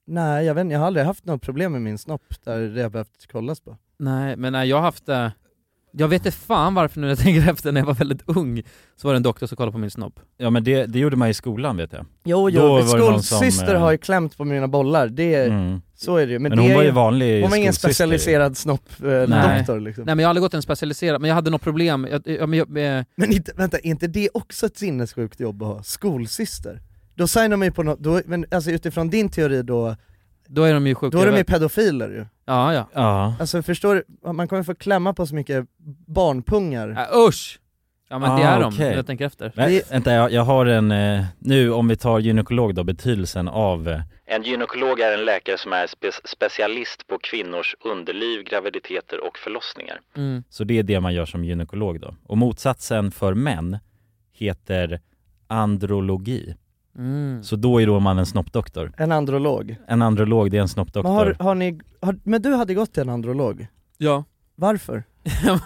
Speaker 7: Nej, jag vet inte, jag har aldrig haft något problem med min snopp där det har behövt kollas på.
Speaker 1: Nej, men nej, jag har haft det. Jag vet inte fan varför nu jag tänker efter, när jag var väldigt ung så var det en doktor som kollade på min snopp.
Speaker 3: Ja, men det, det gjorde man i skolan, vet jag.
Speaker 7: Jo, jo, skolsyster som, har ju klämt på mina bollar, det är, mm. så är det ju. Men,
Speaker 3: men
Speaker 7: det
Speaker 3: hon
Speaker 7: är,
Speaker 3: var ju vanlig.
Speaker 7: Hon var ingen specialiserad snoppdoktor
Speaker 1: eh,
Speaker 7: liksom.
Speaker 1: Nej, men jag har aldrig gått en specialiserad, men jag hade något problem. Jag, jag, men, jag, jag,
Speaker 7: men inte, vänta, är inte det också ett sinnessjukt jobb att ha? Skolsyster? Då signar man ju på något, då, men alltså utifrån din teori då,
Speaker 1: då är de ju sjuka.
Speaker 7: Då är de ju pedofiler ju.
Speaker 1: Ja, ja.
Speaker 3: ja.
Speaker 7: Alltså förstår du, man kommer få klämma på så mycket barnpungar.
Speaker 1: Ja, usch! Ja, men ah, det är de,
Speaker 3: okay.
Speaker 1: jag tänker efter.
Speaker 3: Men, vänta, jag, jag har en, eh, nu om vi tar gynekolog då, betydelsen av... Eh.
Speaker 8: En gynekolog är en läkare som är spe- specialist på kvinnors underliv, graviditeter och förlossningar.
Speaker 3: Mm. Så det är det man gör som gynekolog då. Och motsatsen för män heter andrologi. Mm. Så då är då man en snoppdoktor.
Speaker 7: En androlog.
Speaker 3: En androlog, det är en snoppdoktor.
Speaker 7: Men, har, har ni, har, men du hade gått till en androlog?
Speaker 1: Ja. Varför?
Speaker 7: ja,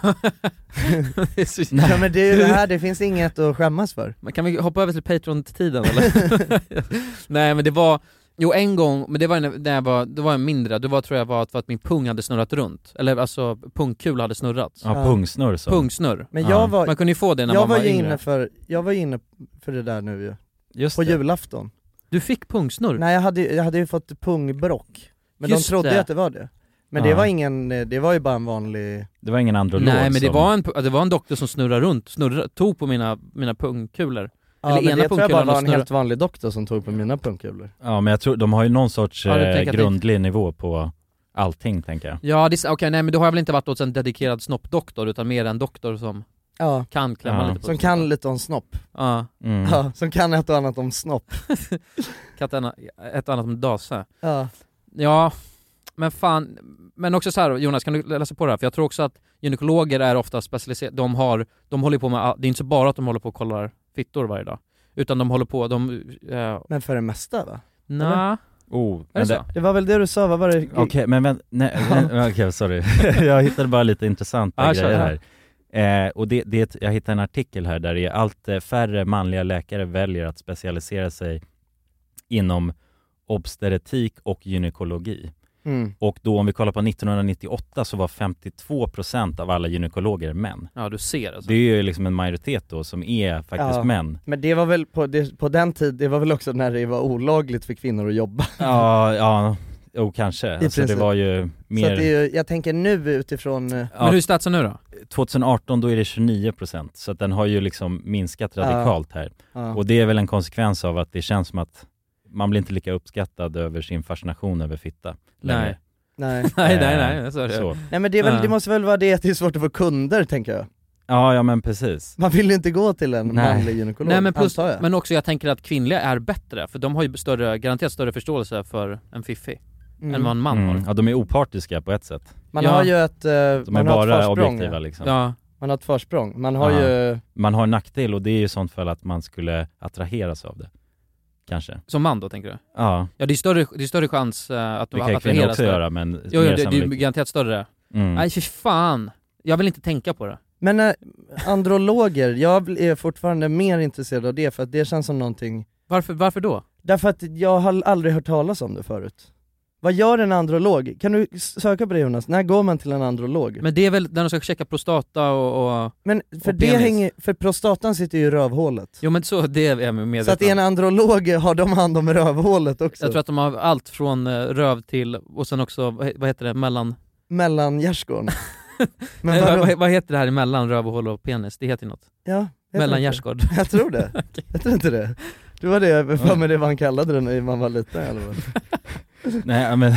Speaker 7: men det är ju det här, det finns inget att skämmas för.
Speaker 1: Man kan vi hoppa över till Patreon-tiden eller? Nej, men det var... Jo, en gång, men det var när jag var, det var en mindre, det var tror jag var för att min pung hade snurrat runt. Eller alltså, pungkul hade snurrat.
Speaker 3: Ja, pungsnurr så.
Speaker 1: Pungsnurr.
Speaker 7: Men jag var,
Speaker 1: man kunde ju få det när
Speaker 7: jag
Speaker 1: man var,
Speaker 7: var
Speaker 1: yngre.
Speaker 7: Inne för, jag var inne för det där nu ju.
Speaker 3: Just
Speaker 7: på
Speaker 3: det.
Speaker 7: julafton.
Speaker 1: Du fick pungsnurr?
Speaker 7: Nej, jag hade, jag hade ju fått pungbrock. Men
Speaker 1: Just
Speaker 7: de trodde
Speaker 1: det.
Speaker 7: att det var det. Men
Speaker 3: ja.
Speaker 7: det var ingen, det var ju bara en vanlig...
Speaker 3: Det var ingen androlog.
Speaker 1: Nej, men det
Speaker 3: som...
Speaker 1: var en, det var en doktor som snurrade runt, snurrade, tog på mina, mina pungkulor.
Speaker 7: Ja, eller men ena det tror jag bara var en helt vanlig doktor som tog på mina pungkulor.
Speaker 3: Ja, men jag tror, de har ju någon sorts
Speaker 1: ja,
Speaker 3: eh, grundlig det... nivå på allting, tänker jag.
Speaker 1: Ja, okej, okay, nej men då har jag väl inte varit hos en dedikerad snoppdoktor, utan mer en doktor som
Speaker 7: ja.
Speaker 1: kan klämma
Speaker 3: ja.
Speaker 1: lite på
Speaker 7: som kan snopp. Lite om snopp.
Speaker 1: Ja.
Speaker 3: Mm.
Speaker 7: ja. Som kan ett och annat om snopp.
Speaker 1: kan ett och annat om dasa.
Speaker 7: Ja.
Speaker 1: Ja, men fan, men också så här, Jonas, kan du läsa på det här? För jag tror också att gynekologer är ofta specialiserade, de har, de håller på med, det är inte så bara att de håller på och kollar fittor varje dag, utan de håller på, de... Uh...
Speaker 7: Men för det mesta va?
Speaker 1: Nej.
Speaker 3: Oh,
Speaker 1: är det,
Speaker 3: det,
Speaker 7: det var väl det du sa, vad var det?
Speaker 3: Okej, okay, men vänta, nej, okej, okay, sorry. Jag hittade bara lite intressanta ah, grejer här. Eh, och det, det, jag hittade en artikel här där det är allt färre manliga läkare väljer att specialisera sig inom obstetrik och gynekologi. Mm. Och då om vi kollar på nittonhundranittioåtta så var femtiotvå procent av alla gynekologer män.
Speaker 1: Ja, du ser alltså.
Speaker 3: Det är ju liksom en majoritet då som är faktiskt
Speaker 7: ja,
Speaker 3: män.
Speaker 7: Men det var väl på, det, på den tiden, det var väl också när det var olagligt för kvinnor att jobba.
Speaker 3: Ja, ja, oh, kanske. Alltså det var ju mer...
Speaker 7: Så att det är, jag tänker nu utifrån...
Speaker 1: Ja. Men hur är statsen nu då?
Speaker 3: tjugoarton då är det tjugonio procent, så att den har ju liksom minskat radikalt här.
Speaker 7: Ja.
Speaker 3: Och det är väl en konsekvens av att det känns som att man blir inte lika uppskattad över sin fascination över fitta.
Speaker 1: Nej.
Speaker 7: Nej.
Speaker 1: nej, nej, nej, så är det.
Speaker 3: Så.
Speaker 7: Nej, men det, är väl, det måste väl vara det att det är svårt att få kunder, tänker jag.
Speaker 3: Ja, ja men precis.
Speaker 7: Man vill ju inte gå till en
Speaker 3: nej.
Speaker 7: manlig gynekolog.
Speaker 1: Nej, men, plus, men också jag tänker att kvinnliga är bättre, för de har ju större, garanterat större förståelse för en fiffi mm. än vad en man
Speaker 3: mm.
Speaker 1: har.
Speaker 3: Ja, de är opartiska på ett sätt.
Speaker 7: Man
Speaker 1: ja.
Speaker 7: har ju ett uh,
Speaker 3: de
Speaker 7: man
Speaker 3: är
Speaker 7: har
Speaker 3: bara
Speaker 7: ett försprång,
Speaker 3: objektiva
Speaker 7: ja.
Speaker 3: liksom.
Speaker 1: Ja.
Speaker 7: Man har ett försprång. Man har
Speaker 3: Aha.
Speaker 7: ju...
Speaker 3: Man har en nackdel, och det är ju sånt för att man skulle attraheras av det. Kanske.
Speaker 1: Som man då, tänker du?
Speaker 3: Ja.
Speaker 1: Ja, det är större, det är större chans uh, att
Speaker 3: det kan kvinnor också göra, men
Speaker 1: jo, jo, det, det är garanterat större.
Speaker 3: Mm.
Speaker 1: Nej, för fan. Jag vill inte tänka på det.
Speaker 7: Men äh, androloger, jag är fortfarande mer intresserad av det, för att det känns som någonting...
Speaker 1: Varför, varför då?
Speaker 7: Därför att jag har aldrig hört talas om det förut. Vad gör en androlog? Kan du söka på det, Jonas? När går man till en androlog?
Speaker 1: Men det är väl när de ska checka prostata och, och
Speaker 7: Men för
Speaker 1: och
Speaker 7: det hänger, för prostatan sitter ju i rövhålet.
Speaker 1: Jo, men så det är jag medveten.
Speaker 7: Så att en androlog har de hand om rövhålet också.
Speaker 1: Jag tror att de har allt från röv till, och sen också, vad heter det, mellan...
Speaker 7: Mellan gärdsgården. Men
Speaker 1: Nej, vad, vad heter det här emellan rövhål och penis? Det heter ju något.
Speaker 7: Ja,
Speaker 1: mellan gärdsgård.
Speaker 7: Jag tror det. okay. Jag tror inte det. Det var det, för mig det var han kallade det när man var liten eller vad?
Speaker 3: Nej, men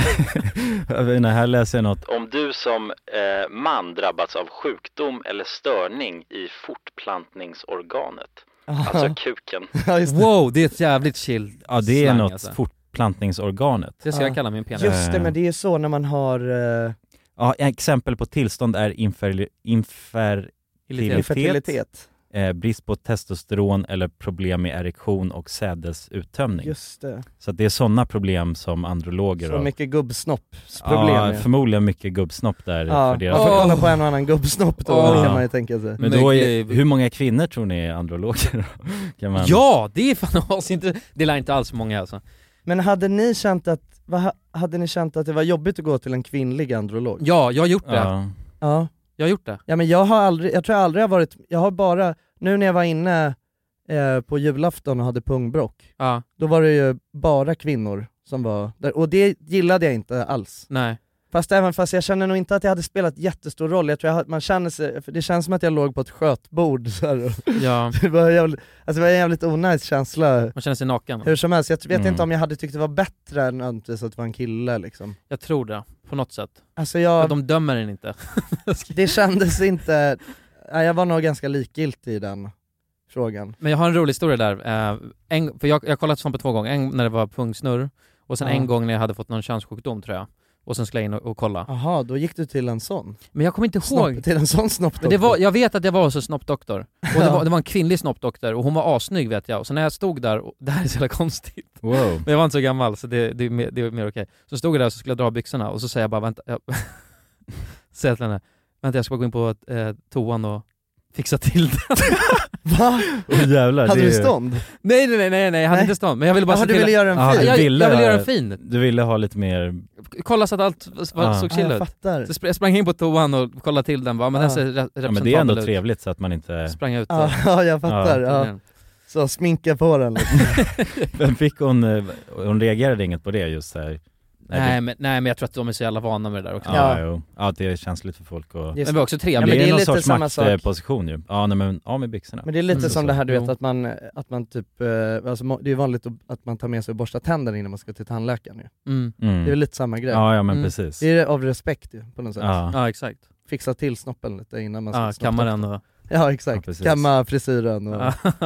Speaker 3: nej, här läser jag något.
Speaker 8: Om du som eh, man drabbats av sjukdom eller störning i fortplantningsorganet,
Speaker 7: Aha.
Speaker 8: alltså kuken.
Speaker 7: Ja, det.
Speaker 1: Wow, det är ett jävligt chill.
Speaker 3: Ja, det är
Speaker 1: slang,
Speaker 3: något
Speaker 1: alltså.
Speaker 3: fortplantningsorganet.
Speaker 1: Det ska
Speaker 7: ja.
Speaker 1: jag kalla min penis.
Speaker 7: Just det, men det är så när man har... Uh...
Speaker 3: Ja, exempel på tillstånd är infer... infertilitet.
Speaker 7: Infertilitet.
Speaker 3: Eh, brist på testosteron eller problem med erektion och sädesuttömning.
Speaker 7: Just det.
Speaker 3: Så att det är sådana problem som androloger
Speaker 7: Så
Speaker 3: har.
Speaker 7: mycket gubbsnoppsproblem.
Speaker 3: Ja, förmodligen mycket gubbsnopp där.
Speaker 7: Ja,
Speaker 3: för deras
Speaker 7: man får kolla på en och annan gubbsnopp då,
Speaker 3: oh.
Speaker 7: kan man ju tänka sig.
Speaker 3: Men då är, hur många kvinnor tror ni är androloger? Kan man...
Speaker 1: Ja, det är fan alltså inte, det är inte alls många alltså.
Speaker 7: Men hade ni känt att, vad, hade ni känt att det var jobbigt att gå till en kvinnlig androlog?
Speaker 1: Ja, jag har gjort det.
Speaker 3: Ja.
Speaker 7: Ja.
Speaker 1: Jag har gjort det.
Speaker 7: Ja men jag har aldrig, jag tror jag aldrig har varit, jag har bara, nu när jag var inne eh, på julafton och hade pungbrock,
Speaker 1: Ja.
Speaker 7: då var det ju bara kvinnor som var där, och det gillade jag inte alls.
Speaker 1: Nej.
Speaker 7: Fast även fast jag känner nog inte att jag hade spelat jättestor roll. Jag tror jag, man känner sig, för det känns som att jag låg på ett skötbord så här, och
Speaker 1: Ja.
Speaker 7: det var jävligt, alltså det var en jävligt onajs känsla.
Speaker 1: Man känner sig naken.
Speaker 7: Hur som helst, jag vet
Speaker 3: Mm.
Speaker 7: inte om jag hade tyckt det var bättre än att det var en kille liksom.
Speaker 1: Jag tror det, på något sätt.
Speaker 7: Alltså
Speaker 1: För
Speaker 7: jag,
Speaker 1: de dömer den inte.
Speaker 7: det kändes inte, nej, jag var nog ganska likgiltig i den frågan.
Speaker 1: Men jag har en rolig historia där. Eh, en, för jag, jag har kollat sånt på två gånger. En när det var pungsnurr, och sen
Speaker 7: Ja.
Speaker 1: en gång när jag hade fått någon könssjukdom tror jag. Och sen skulle jag in och, och kolla.
Speaker 7: Jaha, då gick du till en sån?
Speaker 1: Men jag kommer inte ihåg.
Speaker 7: Snopp, till en sån snoppdoktor?
Speaker 1: Men det var, jag vet att jag var hos en snoppdoktor. Och det var, det var en kvinnlig snoppdoktor, och hon var assnygg vet jag. Och så när jag stod där, och, det här är så jävla konstigt.
Speaker 3: Wow.
Speaker 1: Men jag var inte så gammal, så det, det, är, mer, det är mer okej. Så stod jag där och så skulle jag dra byxorna, och så säger jag bara vänta. Jag, säger till henne, vänta jag ska bara gå in på eh, toan och fixa till den.
Speaker 7: Va?
Speaker 3: Oh, jävlar,
Speaker 7: Hade
Speaker 3: det
Speaker 7: du
Speaker 3: är-
Speaker 7: stånd?
Speaker 1: Nej nej nej nej, nej jag hade
Speaker 7: Nej.
Speaker 1: inte stånd. Men jag ville bara
Speaker 7: Jaha,
Speaker 1: se
Speaker 7: du
Speaker 1: till
Speaker 7: ville göra en
Speaker 3: Ja,
Speaker 7: fin?
Speaker 3: du
Speaker 1: jag,
Speaker 3: ville
Speaker 1: jag ville
Speaker 3: ha-
Speaker 1: göra en fin.
Speaker 3: Du ville ha lite mer...
Speaker 1: Kolla så att allt var,
Speaker 3: Ja.
Speaker 1: såg
Speaker 7: Ja,
Speaker 1: chill
Speaker 7: jag
Speaker 1: ut.
Speaker 7: fattar.
Speaker 1: Så spr- jag sprang in på toan och kollade till den, bara, men
Speaker 7: Ja.
Speaker 1: den ser re-
Speaker 3: Ja, men det är ändå
Speaker 1: representabel ut.
Speaker 3: trevligt så att man inte...
Speaker 1: Sprang ut och...
Speaker 7: Ja, ja, jag fattar.
Speaker 3: Ja.
Speaker 7: Ja. Så sminka på den lite.
Speaker 3: Men fick hon... eh, Hon reagerade inget på det just så här.
Speaker 1: Nej, men, nej men jag tror att de är så jävla vana med det där också.
Speaker 3: Ja,
Speaker 7: Ja.
Speaker 3: jo. Ja, det är känsligt för folk och...
Speaker 7: Just-
Speaker 1: Men det var också
Speaker 7: Ja,
Speaker 1: trevligt.
Speaker 7: men
Speaker 3: det,
Speaker 7: det är
Speaker 3: är någon
Speaker 7: lite
Speaker 3: sorts
Speaker 7: samma sak.
Speaker 3: maktposition ju. Ja, nej, men av med byxorna.
Speaker 7: Men det är lite
Speaker 3: Mm.
Speaker 7: som
Speaker 3: Så.
Speaker 7: det här du vet
Speaker 1: Jo.
Speaker 7: att man, att man typ, eh, alltså, må- det är vanligt att- att man tar med sig och borstar tänderna innan man ska till tandläkaren ju.
Speaker 1: Mm.
Speaker 3: Mm.
Speaker 7: Det är väl lite samma grej.
Speaker 3: Ja, ja men
Speaker 1: Mm.
Speaker 3: precis.
Speaker 7: Det är av respekt ju, på något sätt.
Speaker 3: Ja.
Speaker 1: Ja exakt.
Speaker 7: Fixa till snoppen lite innan man ska
Speaker 1: Ja,
Speaker 7: till
Speaker 1: kamma
Speaker 7: snoppdoktorn.
Speaker 1: den och...
Speaker 7: Ja
Speaker 3: Ja,
Speaker 7: exakt,
Speaker 3: precis.
Speaker 7: kamma frisyren och...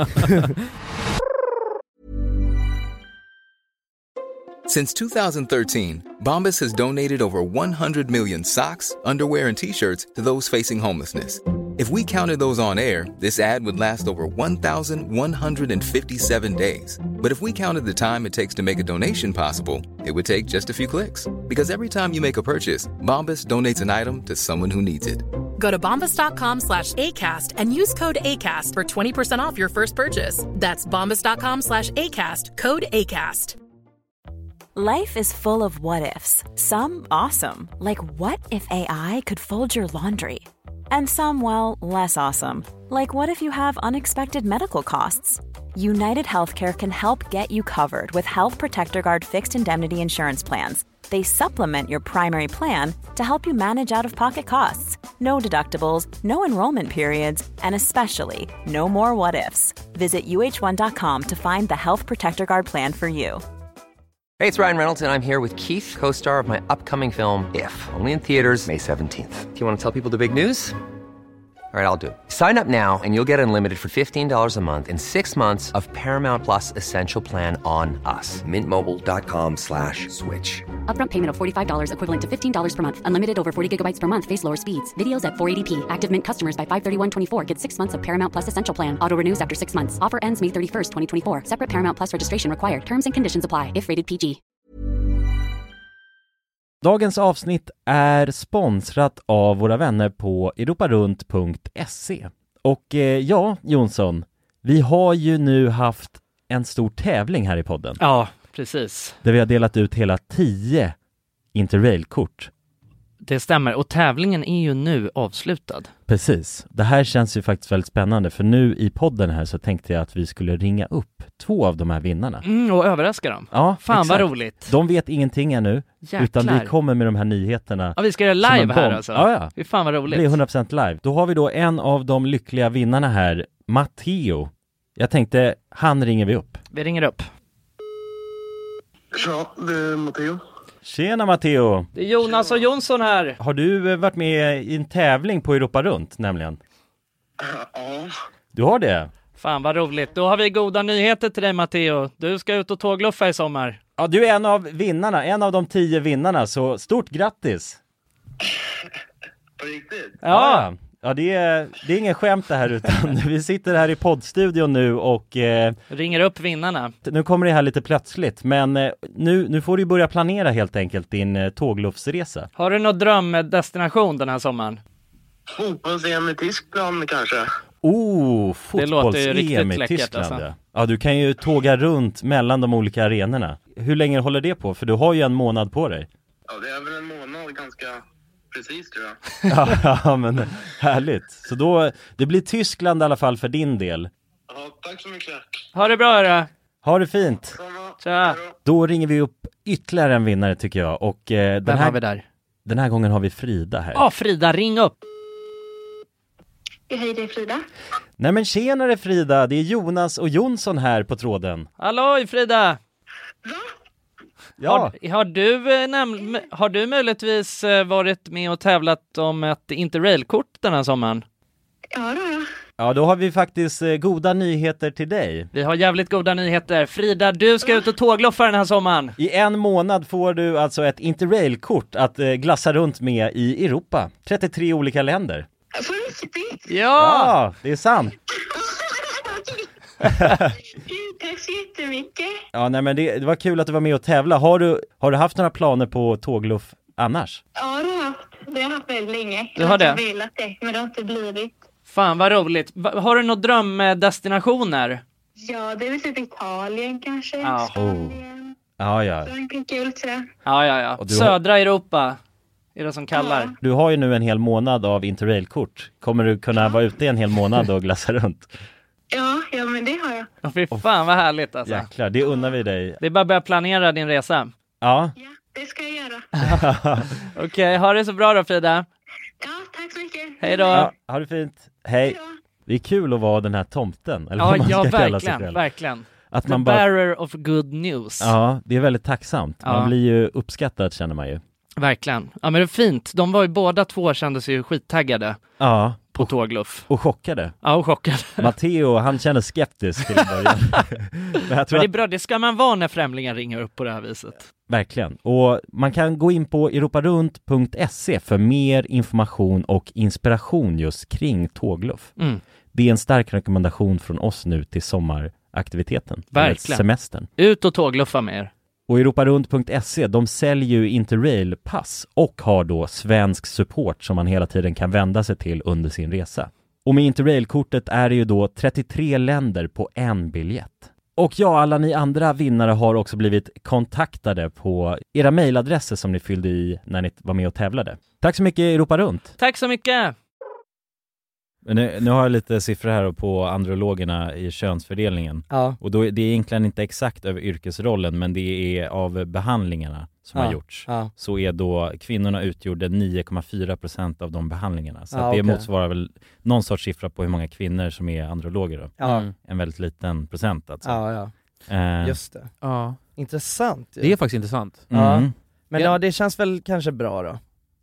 Speaker 9: Since two thousand thirteen, Bombas has donated over one hundred million socks, underwear, and T-shirts to those facing homelessness. If we counted those on air, this ad would last over one thousand one hundred fifty-seven days. But if we counted the time it takes to make a donation possible, it would take just a few clicks. Because every time you make a purchase, Bombas donates an item to someone who needs it.
Speaker 10: Go to bombas.com slash ACAST and use code ACAST for twenty percent off your first purchase. That's bombas.com slash ACAST, code ACAST.
Speaker 6: Life is full of what-ifs. Some awesome, like what if A I could fold your laundry? And some, well, less awesome, like what if you have unexpected medical costs? United Healthcare can help get you covered with Health Protector Guard fixed indemnity insurance plans. They supplement your primary plan to help you manage out-of-pocket costs. No deductibles, no enrollment periods, and especially no more what-ifs. Visit U H one dot com to find the Health Protector Guard plan for you.
Speaker 11: Hey, it's Ryan Reynolds, and I'm here with Keith, co-star of my upcoming film, If, only in theaters May seventeenth. Do you want to tell people the big news? All right, I'll do it. Sign up now and you'll get unlimited for fifteen dollars a month and six months of Paramount Plus Essential Plan on us. Mint Mobile dot com slash switch.
Speaker 12: Upfront payment of forty-five dollars equivalent to fifteen dollars per month. Unlimited over forty gigabytes per month. Face lower speeds. Videos at four eighty p. Active Mint customers by five thirty-one twenty-four get six months of Paramount Plus Essential Plan. Auto renews after six months. Offer ends May thirty-first, twenty twenty-four. Separate Paramount Plus registration required. Terms and conditions apply if rated P G.
Speaker 3: Dagens avsnitt är sponsrat av våra vänner på europarunt punkt se. Och eh, ja, Jonsson, vi har ju nu haft en stor tävling här i podden.
Speaker 2: Ja, precis.
Speaker 3: Där vi har delat ut hela tio Interrail-kort.
Speaker 2: Det stämmer, och tävlingen är ju nu avslutad.
Speaker 3: Precis. Det här känns ju faktiskt väldigt spännande, för nu i podden här så tänkte jag att vi skulle ringa upp två av de här vinnarna.
Speaker 2: Mm, och överraska dem.
Speaker 3: Ja,
Speaker 2: Fan
Speaker 3: exakt.
Speaker 2: vad roligt.
Speaker 3: De vet ingenting ännu,
Speaker 2: Jäklar.
Speaker 3: utan vi kommer med de här nyheterna.
Speaker 2: Ja, vi ska göra
Speaker 3: som en
Speaker 2: live här
Speaker 3: bomb.
Speaker 2: alltså.
Speaker 3: Ja, ja.
Speaker 2: Fy fan vad
Speaker 3: Det
Speaker 2: roligt.
Speaker 3: blir hundra procent live. Då har vi då en av de lyckliga vinnarna här, Matteo. Jag tänkte, han ringer vi upp.
Speaker 2: Vi ringer upp.
Speaker 13: Ja, det är Matteo.
Speaker 3: Tjena Matteo!
Speaker 2: Det är Jonas och Jonsson här.
Speaker 3: Har du eh, varit med i en tävling på Europa runt nämligen?
Speaker 13: Ja.
Speaker 3: Du har det?
Speaker 2: Fan vad roligt. Då har vi goda nyheter till dig Matteo. Du ska ut och tågluffa i sommar.
Speaker 3: Ja, du är en av vinnarna, en av de tio vinnarna, så stort grattis!
Speaker 13: På riktigt?
Speaker 2: Ja.
Speaker 3: Ja, det är, det är ingen skämt det här, utan vi sitter här i poddstudion nu och eh,
Speaker 2: Ringer upp vinnarna.
Speaker 3: nu kommer det här lite plötsligt, men eh, nu, nu får du börja planera helt enkelt din eh, tågluffsresa.
Speaker 2: Har du någon drömdestination den här sommaren?
Speaker 13: Fotbolls-E M i Tyskland kanske?
Speaker 3: Oh,
Speaker 2: Det låter ju
Speaker 3: fotbolls-E M
Speaker 2: riktigt
Speaker 3: i
Speaker 2: läckert,
Speaker 3: Tyskland.
Speaker 2: alltså.
Speaker 3: Ja. Ja, du kan ju tåga runt mellan de olika arenorna. hur länge håller det på? För du har ju en månad på dig.
Speaker 13: Ja, det är väl en månad ganska precis tror jag.
Speaker 3: Ja, men härligt. Så då, det blir Tyskland i alla fall för din del.
Speaker 13: Ja, tack så mycket.
Speaker 2: Ha det bra, hörru.
Speaker 3: Ha det fint.
Speaker 2: Tja.
Speaker 3: Då ringer vi upp ytterligare en vinnare tycker jag. Och eh, den,
Speaker 2: Vem
Speaker 3: här,
Speaker 2: har vi där?
Speaker 3: den här gången har vi Frida här.
Speaker 2: Ja, Frida, ring upp.
Speaker 14: Hej, det är Frida.
Speaker 3: Nej men tjenare Frida, det är Jonas och Jonsson här på tråden.
Speaker 2: Halloj Frida!
Speaker 14: Va?
Speaker 3: Ja.
Speaker 2: Har, har, du, eh, näm- har du möjligtvis eh, varit med och tävlat om ett Interrail-kort den här sommaren?
Speaker 14: Ja, då ja.
Speaker 3: Ja, då har vi faktiskt eh, goda nyheter till dig.
Speaker 2: Vi har jävligt goda nyheter. Frida, du ska ut och tågloffa den här sommaren.
Speaker 3: I en månad får du alltså ett Interrail-kort att eh, glassa runt med i Europa. trettiotre olika länder.
Speaker 14: På riktigt?
Speaker 2: Ja!
Speaker 3: Ja, det är sant.
Speaker 14: Tack så jättemycket.
Speaker 3: Ja, nej men det, det var kul att du var med och tävla. Har du, har du haft några planer på tågluff annars?
Speaker 14: Ja, det har jag haft. Det har jag haft väldigt länge.
Speaker 2: Du har det?
Speaker 14: Jag har velat det, men det har inte blivit.
Speaker 2: Fan vad roligt. Va- har du några drömdestinationer?
Speaker 14: Ja, det är väl typ Italien kanske.
Speaker 2: Ja.
Speaker 14: Spanien.
Speaker 3: Ja, ja.
Speaker 14: Frankrike, kul tror jag.
Speaker 2: Ja, ja, ja.
Speaker 3: Och du har-
Speaker 2: Södra Europa är det som kallar.
Speaker 3: Du har ju nu en hel månad av Interrail-kort. Kommer du kunna vara ute en hel månad och glassa runt?
Speaker 14: Ja, ja, men det har jag.
Speaker 2: Ja, fy fan vad härligt alltså.
Speaker 3: Jäklar, det unnar vi dig.
Speaker 2: Det är bara att börja planera din resa.
Speaker 3: Ja.
Speaker 14: Ja, det ska jag göra.
Speaker 2: Okej, okay, ha det så bra då Frida.
Speaker 14: Ja, tack så mycket.
Speaker 2: Hej då.
Speaker 3: Ja, ha det fint. Hej. Det är kul att vara den här tomten. Eller
Speaker 2: Ja,
Speaker 3: vad man
Speaker 2: ja
Speaker 3: ska kalla sig
Speaker 2: verkligen,
Speaker 3: själv.
Speaker 2: verkligen.
Speaker 3: Att
Speaker 2: The
Speaker 3: man bara...
Speaker 2: bearer of good news.
Speaker 3: Ja, det är väldigt tacksamt. Man
Speaker 2: Ja.
Speaker 3: blir ju uppskattad känner man ju.
Speaker 2: Verkligen. Ja, men det är fint. De var ju båda två kände sig ju skittaggade.
Speaker 3: Ja.
Speaker 2: På och, tågluff.
Speaker 3: Och chockade.
Speaker 2: Ja, och chockade.
Speaker 3: Matteo, han känner skeptisk till en början. Men jag tror
Speaker 2: men det är
Speaker 3: att...
Speaker 2: bra, det ska man vara när främlingar ringer upp på det här viset.
Speaker 3: Verkligen. Och man kan gå in på europarunt punkt se för mer information och inspiration just kring tågluff.
Speaker 2: Mm.
Speaker 3: Det är en stark rekommendation från oss nu till sommaraktiviteten.
Speaker 2: Verkligen.
Speaker 3: Semestern.
Speaker 2: Ut och tågluffa med er.
Speaker 3: Och europarunt punkt se, de säljer ju Interrail-pass och har då svensk support som man hela tiden kan vända sig till under sin resa. Och med Interrail-kortet är det ju då trettiotre länder på en biljett. Och ja, alla ni andra vinnare har också blivit kontaktade på era mejladresser som ni fyllde i när ni var med och tävlade. Tack så mycket Europa Runt!
Speaker 2: Tack så mycket!
Speaker 3: Nu, nu har jag lite siffror här på andrologerna i könsfördelningen.
Speaker 7: Ja.
Speaker 3: Och då, det är egentligen inte exakt över yrkesrollen, men det är av behandlingarna som
Speaker 7: Ja.
Speaker 3: har gjorts.
Speaker 7: Ja.
Speaker 3: Så är då kvinnorna utgjorde nio komma fyra procent av de behandlingarna. Så
Speaker 7: Ja,
Speaker 3: att det
Speaker 7: okej.
Speaker 3: motsvarar väl någon sorts siffra på hur många kvinnor som är androloger då.
Speaker 7: Ja.
Speaker 3: Mm. En väldigt liten procent alltså.
Speaker 7: Ja, ja.
Speaker 3: Eh,
Speaker 7: Just det.
Speaker 1: Ja.
Speaker 7: Intressant. ju.
Speaker 1: Det är faktiskt intressant.
Speaker 3: Mm.
Speaker 7: Ja. Men
Speaker 1: Ja.
Speaker 7: ja, det känns väl kanske bra då.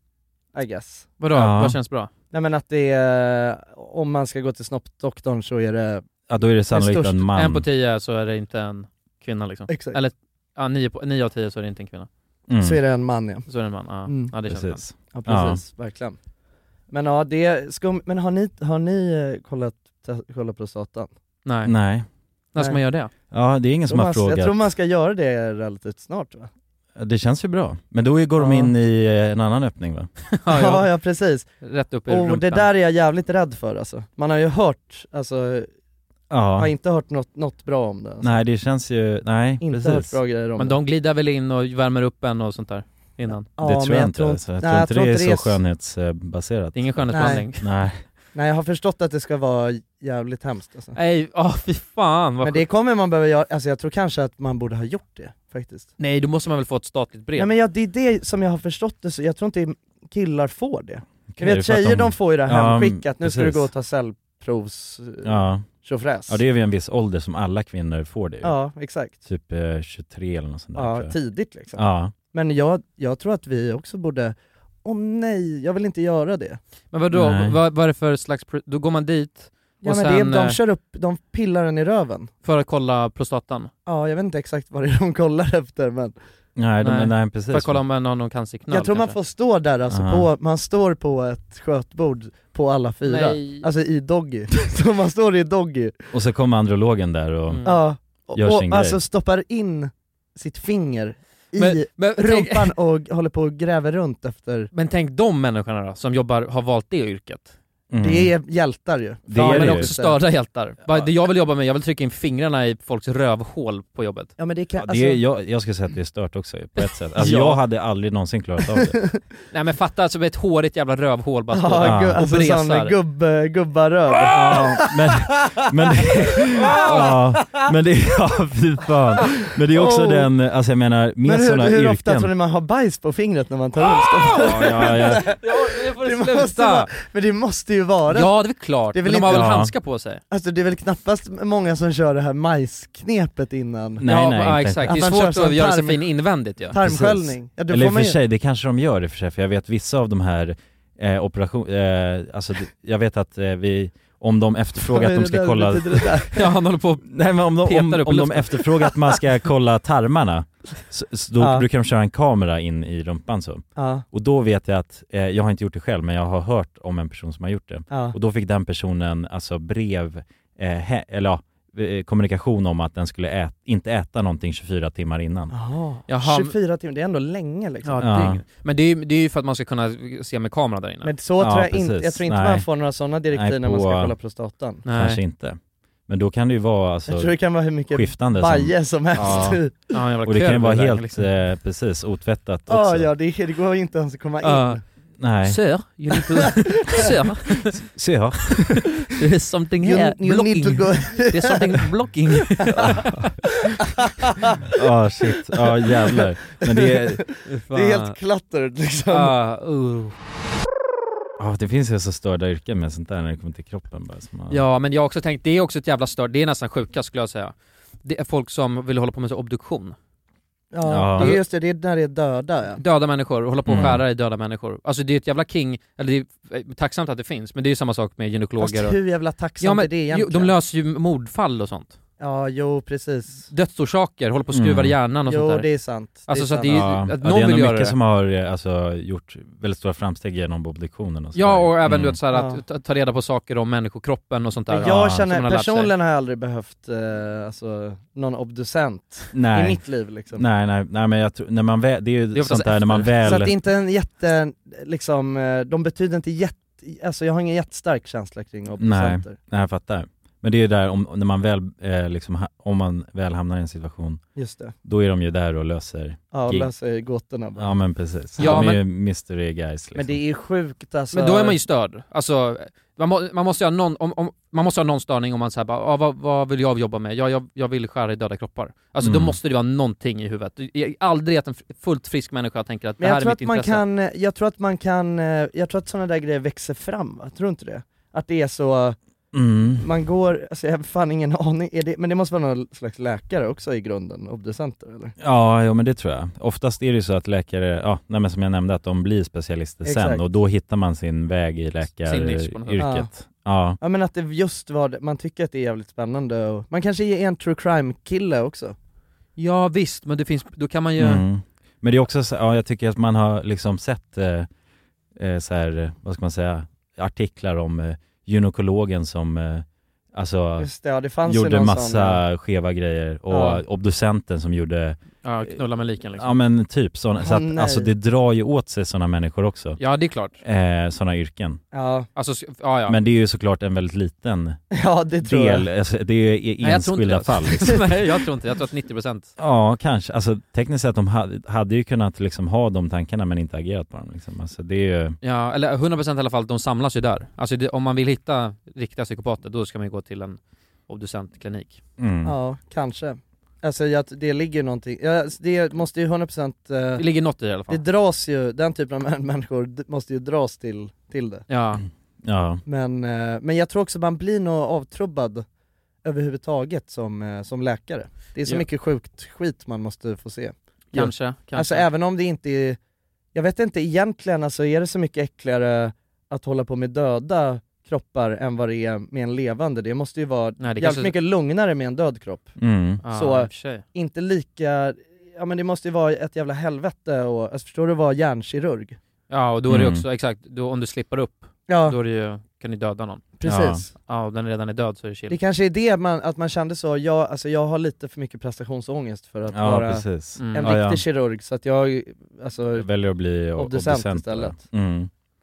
Speaker 7: I guess.
Speaker 1: Vadå?
Speaker 3: Ja.
Speaker 1: Vad känns bra?
Speaker 7: Nej men att det är, om man ska gå till snoppdoktorn så är det...
Speaker 3: Ja, då är det sannolikt
Speaker 7: störst-
Speaker 3: en man.
Speaker 1: En på tio så är det inte en kvinna liksom.
Speaker 7: Exakt.
Speaker 1: Eller ja, nio, på, nio av tio så är det inte en kvinna.
Speaker 3: Mm.
Speaker 7: Så är det en man, ja.
Speaker 1: Så är det en man. Ja,
Speaker 7: Mm.
Speaker 1: ja det känns
Speaker 3: Precis.
Speaker 7: Ja precis, verkligen. Men ja, det ska, men har ni, har ni eh, kollat, te- kollat prostatan?
Speaker 1: bra. Nej.
Speaker 3: Nej.
Speaker 1: När ska
Speaker 7: Nej.
Speaker 1: man göra det?
Speaker 3: Ja, det är ingen
Speaker 7: Jag
Speaker 3: som
Speaker 7: tror
Speaker 3: har
Speaker 7: man, jag
Speaker 3: frågat.
Speaker 7: tror man ska göra det relativt snart va?
Speaker 3: Det känns ju bra. Men då går de
Speaker 7: Ja.
Speaker 3: in i eh, en annan öppning va?
Speaker 1: Ja,
Speaker 7: Ja,
Speaker 1: ja.
Speaker 7: ja precis.
Speaker 1: Rätt upp i
Speaker 7: Och
Speaker 1: rumpan.
Speaker 7: det där är jag jävligt rädd för alltså. Man har ju hört, alltså, har
Speaker 3: Ja.
Speaker 7: inte hört något, något bra om det alltså.
Speaker 3: Nej, det känns ju... Nej,
Speaker 7: Inte
Speaker 3: precis.
Speaker 7: hört bra grejer om
Speaker 1: Men
Speaker 7: det.
Speaker 1: de glider väl in och värmer upp en och sånt där innan.
Speaker 7: Ja,
Speaker 3: det
Speaker 7: men
Speaker 3: tror jag inte.
Speaker 7: tror
Speaker 3: Alltså. Jag
Speaker 7: nej,
Speaker 3: tror inte
Speaker 7: jag
Speaker 3: det är
Speaker 7: tror inte
Speaker 3: så
Speaker 7: det är-
Speaker 3: skönhetsbaserat.
Speaker 1: Det är ingen skönhetsbehandling.
Speaker 3: Nej.
Speaker 7: Nej jag har förstått att det ska vara jävligt hemskt alltså.
Speaker 1: Nej, åh fy fan vad
Speaker 7: Men det kommer man behöva göra, alltså jag tror kanske att man borde ha gjort det faktiskt.
Speaker 1: Nej, då måste man väl få ett statligt brev.
Speaker 7: Ja men ja, det är det som jag har förstått det, så jag tror inte killar får det.
Speaker 3: Okej,
Speaker 7: Jag vet
Speaker 3: för att
Speaker 7: tjejer de får ju det
Speaker 3: Ja,
Speaker 7: hemskickat, nu ska du
Speaker 3: precis.
Speaker 7: gå och ta cellprovs
Speaker 3: Ja.
Speaker 7: tjofräs.
Speaker 3: Ja, det är vid en viss ålder som alla kvinnor får det.
Speaker 7: Ja, exakt.
Speaker 3: Typ eh, tjugotre eller något sånt där. tror
Speaker 7: Ja,
Speaker 3: jag.
Speaker 7: tidigt liksom.
Speaker 3: Ja.
Speaker 7: Men jag, jag tror att vi också borde, åh nej, jag vill inte göra det.
Speaker 1: Men vadå,
Speaker 3: Nej.
Speaker 1: vad, vad är det för slags, pr- då går man dit
Speaker 7: Ja
Speaker 1: och
Speaker 7: men
Speaker 1: sen,
Speaker 7: det, de
Speaker 1: eh,
Speaker 7: kör upp, de pillar den i röven.
Speaker 1: för att kolla prostatan?
Speaker 7: Ja, jag vet inte exakt vad det är de kollar efter men
Speaker 3: Nej, de,
Speaker 1: Nej.
Speaker 3: nej, precis.
Speaker 1: För att kolla om man har någon cancerknall
Speaker 7: jag tror man
Speaker 1: kanske.
Speaker 7: får stå där alltså,
Speaker 3: Aha.
Speaker 7: på, man står på ett skötbord på alla fyra.
Speaker 1: Nej.
Speaker 7: Alltså i doggy. Så man står i doggy.
Speaker 3: Och så kommer andrologen där och...
Speaker 1: Mm.
Speaker 7: Ja, och,
Speaker 3: Gör sin
Speaker 7: och alltså
Speaker 3: grej.
Speaker 7: stoppar in sitt finger i
Speaker 1: Men, men, tänk,
Speaker 7: rumpan och håller på och gräver runt efter.
Speaker 1: men tänk de människorna då, som jobbar, har valt det yrket.
Speaker 3: Mm.
Speaker 7: Det är hjältar ju.
Speaker 3: Det
Speaker 1: ja,
Speaker 3: är
Speaker 1: men
Speaker 3: det
Speaker 1: också
Speaker 3: ju.
Speaker 1: störda hjältar. Bara, det jag vill jobba med, jag vill trycka in fingrarna i folks rövhål på jobbet.
Speaker 7: Ja, men det kan,
Speaker 3: Ja,
Speaker 7: alltså...
Speaker 3: det är, jag, jag skulle säga att det är stört också på ett sätt. Alltså
Speaker 1: Ja.
Speaker 3: jag hade aldrig någonsin klarat av det.
Speaker 1: Nej men fatta alltså med ett hårigt jävla rövhål bara står
Speaker 7: Ja,
Speaker 1: där
Speaker 7: gu-
Speaker 1: och
Speaker 7: alltså
Speaker 1: bresar.
Speaker 7: sån gubb, gubbaröv.
Speaker 3: Ja, men, men, ja, men det är, ja, fy fan. Men det är också
Speaker 7: Oh.
Speaker 3: den, alltså jag menar, med
Speaker 7: Men hur,
Speaker 3: sådana
Speaker 7: hur
Speaker 3: yrken.
Speaker 7: ofta tror ni man har bajs på fingret när man tar ut
Speaker 3: Ja, ja, ja.
Speaker 1: det får
Speaker 7: det
Speaker 1: du
Speaker 7: måste
Speaker 1: sluta.
Speaker 7: vara, men det måste ju vara.
Speaker 1: Ja det är väl klart,
Speaker 7: Det är
Speaker 1: men
Speaker 7: väl
Speaker 1: de har
Speaker 7: inte-
Speaker 1: väl
Speaker 3: Ja.
Speaker 1: handskar på sig.
Speaker 7: Alltså det är väl knappast många som kör det här majsknepet innan.
Speaker 3: Nej,
Speaker 1: ja,
Speaker 3: nej,
Speaker 1: ja
Speaker 3: inte.
Speaker 1: exakt, det
Speaker 7: Att
Speaker 1: är
Speaker 7: man kör
Speaker 1: svårt
Speaker 7: sån
Speaker 1: att göra sig
Speaker 7: tarm-
Speaker 1: fin invändigt ja.
Speaker 7: Tarmsköljning. Ja, då
Speaker 3: Eller i
Speaker 7: får
Speaker 3: och
Speaker 7: man
Speaker 3: för
Speaker 7: ju...
Speaker 3: sig, det kanske de gör i och för sig, för jag vet vissa av de här eh, operation, eh, alltså det- jag vet att eh, vi, om de efterfrågar att de ska kolla
Speaker 1: Ja han håller på
Speaker 3: Nej men om de, om,
Speaker 1: petar upp i
Speaker 3: om de
Speaker 1: luften.
Speaker 3: efterfrågar att man ska kolla tarmarna så, så då
Speaker 7: Ja.
Speaker 3: brukar de köra en kamera in i rumpan så.
Speaker 7: Ja,
Speaker 3: Och då vet jag att, eh, jag har inte gjort det själv men jag har hört om en person som har gjort det.
Speaker 7: ja.
Speaker 3: Och då fick den personen alltså brev, eh, he, eller ja, eh, kommunikation om att den skulle ät, inte äta någonting tjugofyra timmar innan.
Speaker 7: Jaha.
Speaker 1: Jaha.
Speaker 7: tjugofyra timmar, det är ändå länge liksom.
Speaker 1: Ja,
Speaker 3: Ja.
Speaker 1: det, men det är, ju- det är ju för att man ska kunna se med kamera där inne.
Speaker 7: Men så
Speaker 3: Ja,
Speaker 7: tror jag inte,
Speaker 3: precis.
Speaker 7: jag tror inte
Speaker 3: Nej.
Speaker 7: man får några sådana direktiv
Speaker 3: Nej,
Speaker 7: när man
Speaker 3: på-
Speaker 7: ska kolla prostatan.
Speaker 1: Nej.
Speaker 3: Kanske inte. Men då kan det ju vara alltså
Speaker 7: Jag tror det kan vara hur mycket
Speaker 3: skiftande
Speaker 7: baje som helst.
Speaker 3: Ja.
Speaker 7: Ja,
Speaker 1: Ja, jävla
Speaker 3: och det kan ju
Speaker 1: kul
Speaker 3: vara
Speaker 1: där,
Speaker 3: helt,
Speaker 1: liksom.
Speaker 3: eh, precis, otvättat också.
Speaker 7: ja, ja det, det går ju inte ens att komma in.
Speaker 1: Ja.
Speaker 3: Nej.
Speaker 1: Sir, you need to... Sir,
Speaker 3: Se ja.
Speaker 1: there is something
Speaker 7: You,
Speaker 1: here
Speaker 7: you need to
Speaker 1: blocking.
Speaker 7: go...
Speaker 1: There's something blocking.
Speaker 3: Ja, shit. Ja, jävlar. Men det är,
Speaker 7: Det är helt cluttered liksom.
Speaker 1: Ah, uh.
Speaker 3: ja, det finns ju så störda yrken med sånt där när det kommer till kroppen bara. Som har...
Speaker 1: Ja, men jag har också tänkt, det är också ett jävla stört, det är nästan sjuka skulle jag säga. Det är folk som vill hålla på med så obduktion.
Speaker 7: Ja,
Speaker 3: Ja.
Speaker 7: det är just det, det är när det är döda ja.
Speaker 1: Döda människor, och hålla på och
Speaker 3: Mm.
Speaker 1: skära i döda människor. Alltså det är ett jävla king, eller det är tacksamt att det finns, men det är ju samma sak med gynekologer.
Speaker 7: Fast
Speaker 1: Och...
Speaker 7: hur jävla tacksamt
Speaker 1: Ja, men
Speaker 7: är det
Speaker 1: jo,
Speaker 7: egentligen?
Speaker 1: de löser ju mordfall och sånt.
Speaker 7: Ja, jo precis.
Speaker 1: Dödsorsaker, håller på och skruvar
Speaker 3: Mm.
Speaker 1: i hjärnan och sånt
Speaker 7: Jo,
Speaker 1: där.
Speaker 7: det är sant.
Speaker 1: Alltså,
Speaker 7: det är
Speaker 1: så att
Speaker 7: sant.
Speaker 1: det är-
Speaker 3: Ja,
Speaker 1: att
Speaker 3: ja,
Speaker 1: någon
Speaker 3: det är
Speaker 1: vill
Speaker 3: nog
Speaker 1: göra
Speaker 3: mycket
Speaker 1: det.
Speaker 3: som har eh, alltså, gjort väldigt stora framsteg genom obduktionen och så
Speaker 1: Ja,
Speaker 3: där.
Speaker 1: och även
Speaker 3: Mm.
Speaker 1: du vet, så här,
Speaker 7: Ja.
Speaker 1: att ta, ta reda på saker om människokroppen och sånt där.
Speaker 7: Men
Speaker 1: Ja,
Speaker 7: jag
Speaker 1: som
Speaker 7: känner,
Speaker 1: man har lärt sig.
Speaker 7: personligen har jag aldrig behövt eh, alltså, någon obducent
Speaker 3: Nej.
Speaker 7: i mitt liv liksom.
Speaker 3: Nej, nej, nej, men jag tror, när man väl, det är ju
Speaker 1: Det är oftast
Speaker 3: sånt där när man
Speaker 1: efter.
Speaker 3: väl...
Speaker 7: Så att det är inte en jätte, liksom, eh, de betyder inte jätte, alltså jag har ingen jättestark känsla kring
Speaker 3: Nej,
Speaker 7: obducenter.
Speaker 3: nej, jag fattar. Men det är ju där, om, när man väl, eh, liksom, ha- om man väl hamnar i en situation,
Speaker 7: Just det.
Speaker 3: då är de ju där och löser.
Speaker 7: Ja, och
Speaker 3: gig.
Speaker 7: löser gåtorna bara.
Speaker 3: Ja men precis.
Speaker 1: Ja,
Speaker 3: de är
Speaker 1: men-
Speaker 3: ju mystery guys liksom.
Speaker 7: Men det är sjukt alltså.
Speaker 1: Men då är man ju störd. Alltså, man, må, man måste ju ha någon, om, om, man måste ha någon störning om man säger bara, ah, vad, vad vill jag jobba med? Ja, jag, jag vill skära i döda kroppar. Alltså
Speaker 3: Mm.
Speaker 1: då måste det vara någonting i huvudet. Jag har aldrig att en fullt frisk människa tänker att det
Speaker 7: Men
Speaker 1: här
Speaker 7: jag
Speaker 1: är
Speaker 7: tror,
Speaker 1: mitt
Speaker 7: att man
Speaker 1: intresse.
Speaker 7: kan, jag tror att man kan, eh, jag tror att sådana där grejer växer fram, va? Tror du inte det? Att det är så,
Speaker 3: Mm.
Speaker 7: man går, alltså jag har fan ingen aning, är det, men det måste vara någon slags läkare också i grunden, obducenter eller?
Speaker 3: Ja, jo, men det tror jag. Oftast är det ju så att läkare, ja, nej, men som jag nämnde, att de blir specialister
Speaker 7: Exakt.
Speaker 3: sen och då hittar man sin väg i
Speaker 1: Sin nisch på något sätt.
Speaker 3: läkaryrket. Ja.
Speaker 7: Ja men att det just var det, man tycker att det är jävligt spännande och man kanske är en true crime kille också.
Speaker 1: Ja visst, men det finns, då kan man ju...
Speaker 3: Mm. Men det är också så, ja, jag tycker att man har liksom sett eh, eh, så här, vad ska man säga, artiklar om eh, gynekologen som eh, alltså
Speaker 7: Just det, ja, det fanns ju
Speaker 3: gjorde
Speaker 7: någon
Speaker 3: massa
Speaker 7: sån,
Speaker 3: skeva grejer och
Speaker 7: Ja.
Speaker 3: obducenten som gjorde,
Speaker 1: Ja, knulla med liken liksom.
Speaker 3: ja men typ såna, så
Speaker 7: Åh,
Speaker 3: att
Speaker 7: nej.
Speaker 3: alltså det drar ju åt sig sådana människor också,
Speaker 1: Ja, det är klart.
Speaker 3: eh, sådana yrken.
Speaker 7: ja,
Speaker 1: Alltså, s- ja ja.
Speaker 3: Men det är ju såklart en väldigt liten
Speaker 7: ja det tror
Speaker 3: del,
Speaker 7: jag.
Speaker 3: alltså, det är ju
Speaker 1: Nej, jag tror inte
Speaker 3: enskilda
Speaker 1: det.
Speaker 3: fall liksom.
Speaker 1: Nej, jag tror inte. Jag tror att nittio procent.
Speaker 3: Ja, kanske. Alltså tekniskt sett, de hade, hade ju kunnat liksom ha de tankarna men inte agerat på dem liksom. Alltså det är ju...
Speaker 1: Ja, eller hundra procent i alla fall, de samlas ju där. Alltså det, om man vill hitta riktiga psykopater, då ska man ju gå till en obducentklinik.
Speaker 3: Mm.
Speaker 7: Ja, kanske. Alltså jag, det ligger någonting, ja, det måste ju hundra procent, eh,
Speaker 1: Det ligger något i det i alla fall.
Speaker 7: det dras ju, den typen av män- människor d- måste ju dras till, till det.
Speaker 1: Ja.
Speaker 3: Ja.
Speaker 7: Men, eh, men jag tror också man blir nog avtrubbad överhuvudtaget som, eh, som läkare. Det är så
Speaker 1: Ja.
Speaker 7: mycket sjukt skit man måste få se.
Speaker 1: Kanske, kanske.
Speaker 7: Alltså även om det inte är, jag vet inte egentligen, alltså är det så mycket äckligare att hålla på med döda kroppar än vad det är med en levande? Det måste ju vara
Speaker 1: Nej, det
Speaker 7: jävligt
Speaker 1: kanske-
Speaker 7: mycket lugnare med en död kropp.
Speaker 3: Mm.
Speaker 1: Ja,
Speaker 7: så-
Speaker 1: i och för sig.
Speaker 7: Inte lika, ja men det måste ju vara ett jävla helvete och, alltså förstår du att vara hjärnkirurg?
Speaker 1: Ja, och då är det
Speaker 3: Mm.
Speaker 1: också, exakt, då, om du slipper upp,
Speaker 7: Ja,
Speaker 1: då är det ju, kan du döda någon.
Speaker 7: precis.
Speaker 1: Ja, och den redan är död så är det chill.
Speaker 7: Det kanske är det man, att man kände så, jag, alltså jag har lite för mycket prestationsångest för att
Speaker 3: Ja,
Speaker 7: vara
Speaker 3: precis.
Speaker 1: Mm.
Speaker 7: en
Speaker 3: Ja,
Speaker 7: riktig
Speaker 3: ja.
Speaker 7: kirurg, så att jag, alltså,
Speaker 3: Jag väljer att bli
Speaker 7: Obducent
Speaker 3: obducent
Speaker 7: istället.
Speaker 3: Mm.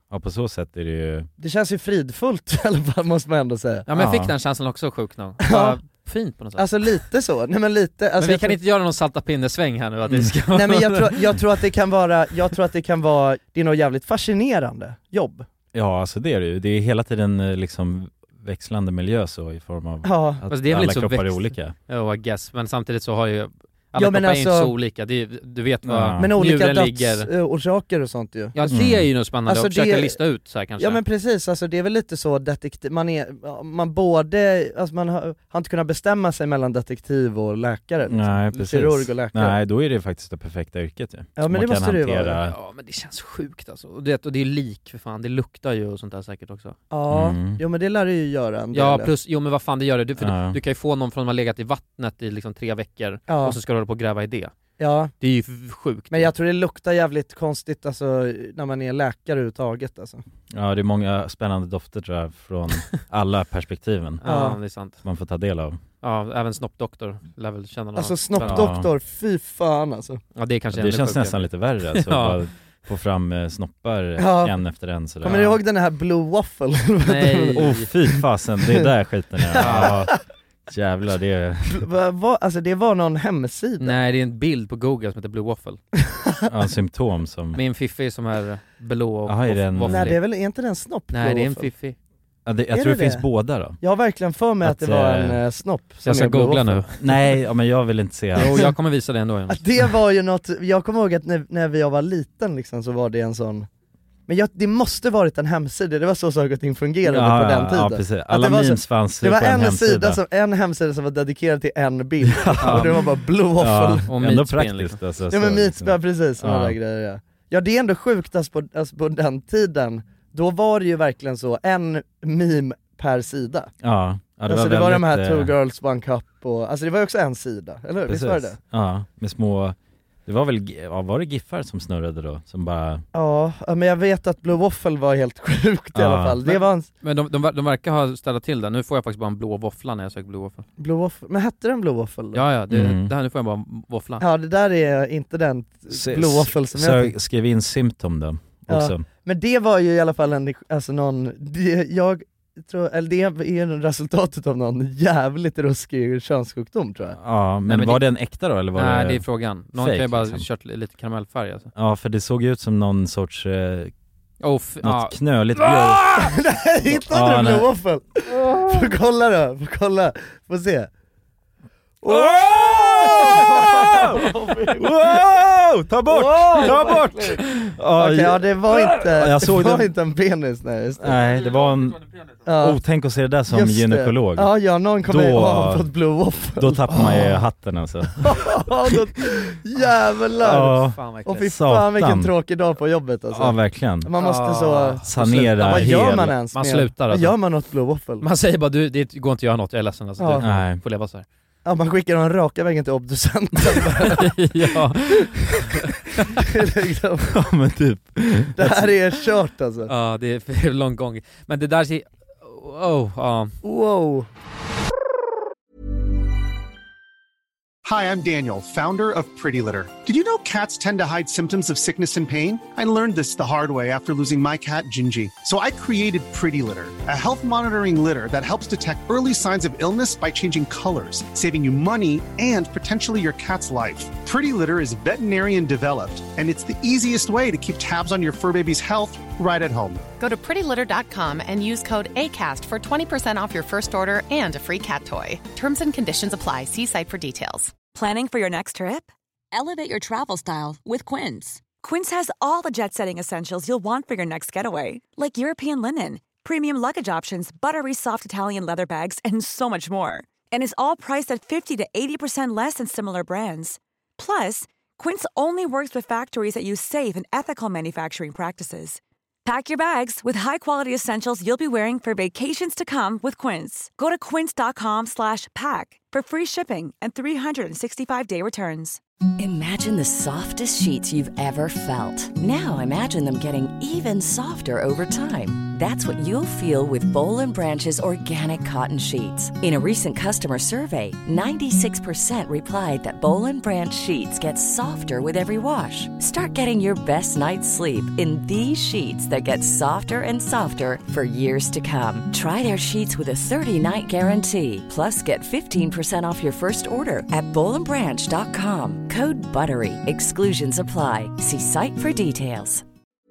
Speaker 3: Ja, på så sätt är det ju...
Speaker 7: Det känns ju fridfullt i alla fall, måste man ändå säga.
Speaker 1: Ja, men jag fick
Speaker 3: Ja.
Speaker 1: den känslan också, sjukt nog.
Speaker 7: Ja.
Speaker 1: Fint på något sätt.
Speaker 7: Alltså lite så, nej men lite alltså,
Speaker 1: men vi
Speaker 7: jag
Speaker 1: kan
Speaker 7: tror...
Speaker 1: inte göra någon salta pinnesväng här nu att det ska...
Speaker 7: Nej men jag tror, jag tror att det kan vara, jag tror att det kan vara, det är nog jävligt fascinerande jobb.
Speaker 3: Ja, alltså det är det ju. Det är hela tiden eh, liksom växlande miljö så i form av
Speaker 7: Ja.
Speaker 3: att
Speaker 1: Fast det är väl
Speaker 3: alla
Speaker 1: inte så
Speaker 3: kroppar är
Speaker 1: växt-
Speaker 3: olika.
Speaker 1: Ja, I guess. Men samtidigt så har ju alla
Speaker 7: Ja, men
Speaker 1: kroppar är
Speaker 7: alltså-
Speaker 1: inte så olika. Det är, du vet vad
Speaker 3: Ja.
Speaker 7: Men olika
Speaker 1: njuren ligger.
Speaker 7: dödsorsaker och sånt ju.
Speaker 1: Ja, det
Speaker 3: Mm.
Speaker 1: är ju något spännande
Speaker 7: Alltså,
Speaker 1: att försöka
Speaker 7: det-
Speaker 1: lista ut så här kanske.
Speaker 7: Ja men precis, alltså det är väl lite så detektiv, man är, man både, alltså man har, har inte kunnat bestämma sig mellan detektiv och läkare liksom.
Speaker 3: Nej, precis.
Speaker 7: Kirurg och läkare.
Speaker 3: Nej, då är det faktiskt det perfekta yrket ju.
Speaker 7: Ja, men
Speaker 3: Man
Speaker 7: det
Speaker 3: kan
Speaker 7: måste det ju vara.
Speaker 3: hantera...
Speaker 1: Ja men det känns sjukt alltså. Och det, och det är lik för fan, det luktar ju och sånt där säkert också.
Speaker 7: Ja,
Speaker 3: Mm.
Speaker 7: jo men det lär det ju göra en
Speaker 1: Ja
Speaker 7: del.
Speaker 1: plus, jo men vad fan det gör det, du, för
Speaker 3: Ja.
Speaker 1: du, du kan ju få någon från att ha legat i vattnet i liksom tre veckor
Speaker 7: Ja.
Speaker 1: och så ska du hålla på och gräva i det.
Speaker 7: Ja,
Speaker 1: Det är ju f- sjukt.
Speaker 7: men jag tror det luktar jävligt konstigt alltså när man är läkare överhuvudtaget alltså.
Speaker 3: Ja, det är många spännande dofter tror jag från alla perspektiven
Speaker 1: Ja,
Speaker 7: Ja.
Speaker 1: det är sant.
Speaker 3: som man får ta del av.
Speaker 1: Ja, även snoppdoktor lär väl känna någon.
Speaker 7: Alltså snoppdoktor, fy fan alltså.
Speaker 1: Ja det är kanske
Speaker 3: Det
Speaker 1: ännu
Speaker 3: känns
Speaker 1: sjukare.
Speaker 3: nästan lite värre alltså,
Speaker 1: Ja.
Speaker 3: bara få fram eh, snoppar
Speaker 7: Ja.
Speaker 3: en efter en sådär.
Speaker 7: Kommer ni ihåg den här Blue Waffle?
Speaker 1: Nej.
Speaker 3: Åh oh, fy fasen, det är där skiten är. Ja, jävlar det är...
Speaker 7: Va, va, alltså det var någon hemsida.
Speaker 1: Nej, det är en bild på Google som heter Blue Waffle.
Speaker 3: Ja, en symptom som...
Speaker 1: Med en fiffi som är blå och
Speaker 3: Aha, är det en-
Speaker 1: wafflig.
Speaker 7: Nej det är väl, är inte den snopp?
Speaker 1: Nej,
Speaker 7: Blue
Speaker 1: det är en
Speaker 7: Waffle?
Speaker 1: fiffi.
Speaker 3: Ja, det, jag
Speaker 7: Är
Speaker 3: tror det,
Speaker 7: det
Speaker 3: finns
Speaker 7: det?
Speaker 3: båda då.
Speaker 7: Jag har verkligen för mig att,
Speaker 3: Att,
Speaker 7: det var en
Speaker 3: eh,
Speaker 7: eh, snopp
Speaker 1: Så jag
Speaker 7: som
Speaker 1: ska
Speaker 7: är Blue
Speaker 1: googla
Speaker 7: Waffle.
Speaker 1: nu.
Speaker 3: Nej, ja, men jag vill inte se
Speaker 1: Jo, jag kommer visa det ändå.
Speaker 7: Att det var ju något, jag kommer ihåg att när, när jag var liten liksom, så var det en sån. Men jag, det måste varit en hemsida, det var så saker och ting fungerade
Speaker 3: ja,
Speaker 7: på den tiden.
Speaker 3: Ja, precis.
Speaker 7: Att
Speaker 3: Alla
Speaker 7: det var
Speaker 3: memes
Speaker 7: så,
Speaker 3: fanns
Speaker 7: det var
Speaker 3: på en,
Speaker 7: en,
Speaker 3: hemsida.
Speaker 7: sida som, en hemsida som var dedikerad till en bild, och det var bara Blue Waffle.
Speaker 3: Ja,
Speaker 1: Och
Speaker 3: ändå
Speaker 1: meatspin,
Speaker 3: praktiskt
Speaker 1: liksom.
Speaker 3: alltså,
Speaker 7: Ja
Speaker 3: så,
Speaker 7: men
Speaker 3: liksom.
Speaker 7: meatspin, precis, sådana
Speaker 3: Ja.
Speaker 7: där grejer ja. Ja det är ändå sjukt alltså på, alltså på den tiden, då var det ju verkligen så, en meme per sida.
Speaker 3: Ja, ja det
Speaker 7: alltså
Speaker 3: var
Speaker 7: det var de
Speaker 3: väldigt,
Speaker 7: här
Speaker 3: eh,
Speaker 7: two girls one cup och, alltså det var ju också en sida, eller hur? Visst var det det?
Speaker 3: Ja, med små... Det var väl, ja, var det giffar som snurrade då? Som bara...
Speaker 7: Ja, ja, men jag vet att Blue Waffle var helt sjukt i
Speaker 3: Ja.
Speaker 7: alla fall. Det var en
Speaker 1: Men de, de, de verkar ha ställt till det. Nu får jag faktiskt bara en blå våffla när jag söker Blue Waffle.
Speaker 7: Blue Waffle, men hette den Blue Waffle då?
Speaker 1: Ja, ja, det,
Speaker 3: Mm.
Speaker 1: det här, nu får jag bara en våffla.
Speaker 7: Ja, det där är inte den
Speaker 3: Se-
Speaker 7: Blue Waffle som
Speaker 3: så
Speaker 7: jag tänkte.
Speaker 3: skrev in symptom då
Speaker 7: Ja.
Speaker 3: också.
Speaker 7: Men det var ju i alla fall en, alltså någon, det, jag tror, eller det är en resultatet av någon jävligt ruskig könssjukdom tror jag.
Speaker 3: Ja, men,
Speaker 1: Nej, men
Speaker 3: var
Speaker 1: det-
Speaker 3: det en äkta då eller var
Speaker 1: Nej,
Speaker 3: det...
Speaker 1: det är frågan. Någon
Speaker 3: fake,
Speaker 1: kan ju bara
Speaker 3: liksom?
Speaker 1: kört li- lite karamellfärg alltså.
Speaker 3: Ja, för det såg ju ut som någon sorts... Eh,
Speaker 1: Oh, f-
Speaker 3: något
Speaker 1: ja.
Speaker 3: knöligt björk.
Speaker 7: Nej, hittade
Speaker 3: Ja,
Speaker 7: du
Speaker 3: nej.
Speaker 7: Blue Waffle? Får kolla då, får kolla, får se.
Speaker 3: Wow! Wow! Ta bort!
Speaker 7: Wow,
Speaker 3: Ta bort!
Speaker 7: verkligen.
Speaker 3: Ja,
Speaker 7: Okej, ja det var inte,
Speaker 3: jag såg
Speaker 7: det var
Speaker 3: den.
Speaker 7: inte en penis, nej just det.
Speaker 3: Nej, det var en...
Speaker 7: Ja.
Speaker 3: Oh, tänk att se det där som
Speaker 7: Just det.
Speaker 3: gynekolog.
Speaker 7: Ja, ja, någon kommer
Speaker 3: Då-
Speaker 7: ha fått Blue Waffle.
Speaker 3: Då tappar man ju hatten alltså.
Speaker 7: Ja, då, jävlar!
Speaker 3: Ja,
Speaker 1: Fan vad
Speaker 7: Och
Speaker 1: äckligt.
Speaker 7: fy fan vilken
Speaker 3: Satan.
Speaker 7: tråkig dag på jobbet alltså.
Speaker 3: ja verkligen.
Speaker 7: Man måste
Speaker 1: Ah.
Speaker 7: så,
Speaker 3: Sanera
Speaker 7: ja, vad gör
Speaker 3: hel-
Speaker 7: man ens
Speaker 1: Man
Speaker 7: med,
Speaker 1: slutar
Speaker 7: vad
Speaker 1: alltså.
Speaker 7: gör man åt Blue Waffle?
Speaker 1: Man säger bara du, det går inte att göra något, jag är ledsen alltså.
Speaker 7: Ja.
Speaker 1: Du
Speaker 3: Nej.
Speaker 1: får leva så här.
Speaker 7: Ja, man skickar dem raka vägen till obducenten.
Speaker 1: Ja.
Speaker 7: liksom.
Speaker 3: Ja men typ.
Speaker 7: Det här är kört alltså.
Speaker 1: Ja, det är för lång gång. Men det där ser... Oh, ja.
Speaker 7: Wow.
Speaker 15: Hi, I'm Daniel, founder of Pretty Litter. Did you know cats tend to hide symptoms of sickness and pain? I learned this the hard way after losing my cat, Gingy. So I created Pretty Litter, a health monitoring litter that helps detect early signs of illness by changing colors, saving you money and potentially your cat's life. Pretty Litter is veterinarian developed, and it's the easiest way to keep tabs on your fur baby's health right at home.
Speaker 10: Go to pretty litter dot com and use code ACAST for twenty percent off your first order and a free cat toy. Terms and conditions apply. See site for details.
Speaker 6: Planning for your next trip?
Speaker 16: Elevate your travel style with Quince.
Speaker 6: Quince has all the jet-setting essentials you'll want for your next getaway, like European linen, premium luggage options, buttery soft Italian leather bags, and so much more. And is all priced at fifty to eighty percent less than similar brands. Plus, Quince only works with factories that use safe and ethical manufacturing practices. Pack your bags with high-quality essentials you'll be wearing for vacations to come with Quince. Go to quince dot com slash pack for free shipping and three sixty-five day returns.
Speaker 16: Imagine the softest sheets you've ever felt. Now imagine them getting even softer over time. That's what you'll feel with Bowl and Branch's organic cotton sheets. In a recent customer survey, ninety-six percent replied that Bowl and Branch sheets get softer with every wash. Start getting your best night's sleep in these sheets that get softer and softer for years to come. Try their sheets with a thirty-night guarantee. Plus, get fifteen percent off your first order at bowl and branch dot com. Code BUTTERY. Exclusions apply. See site for details.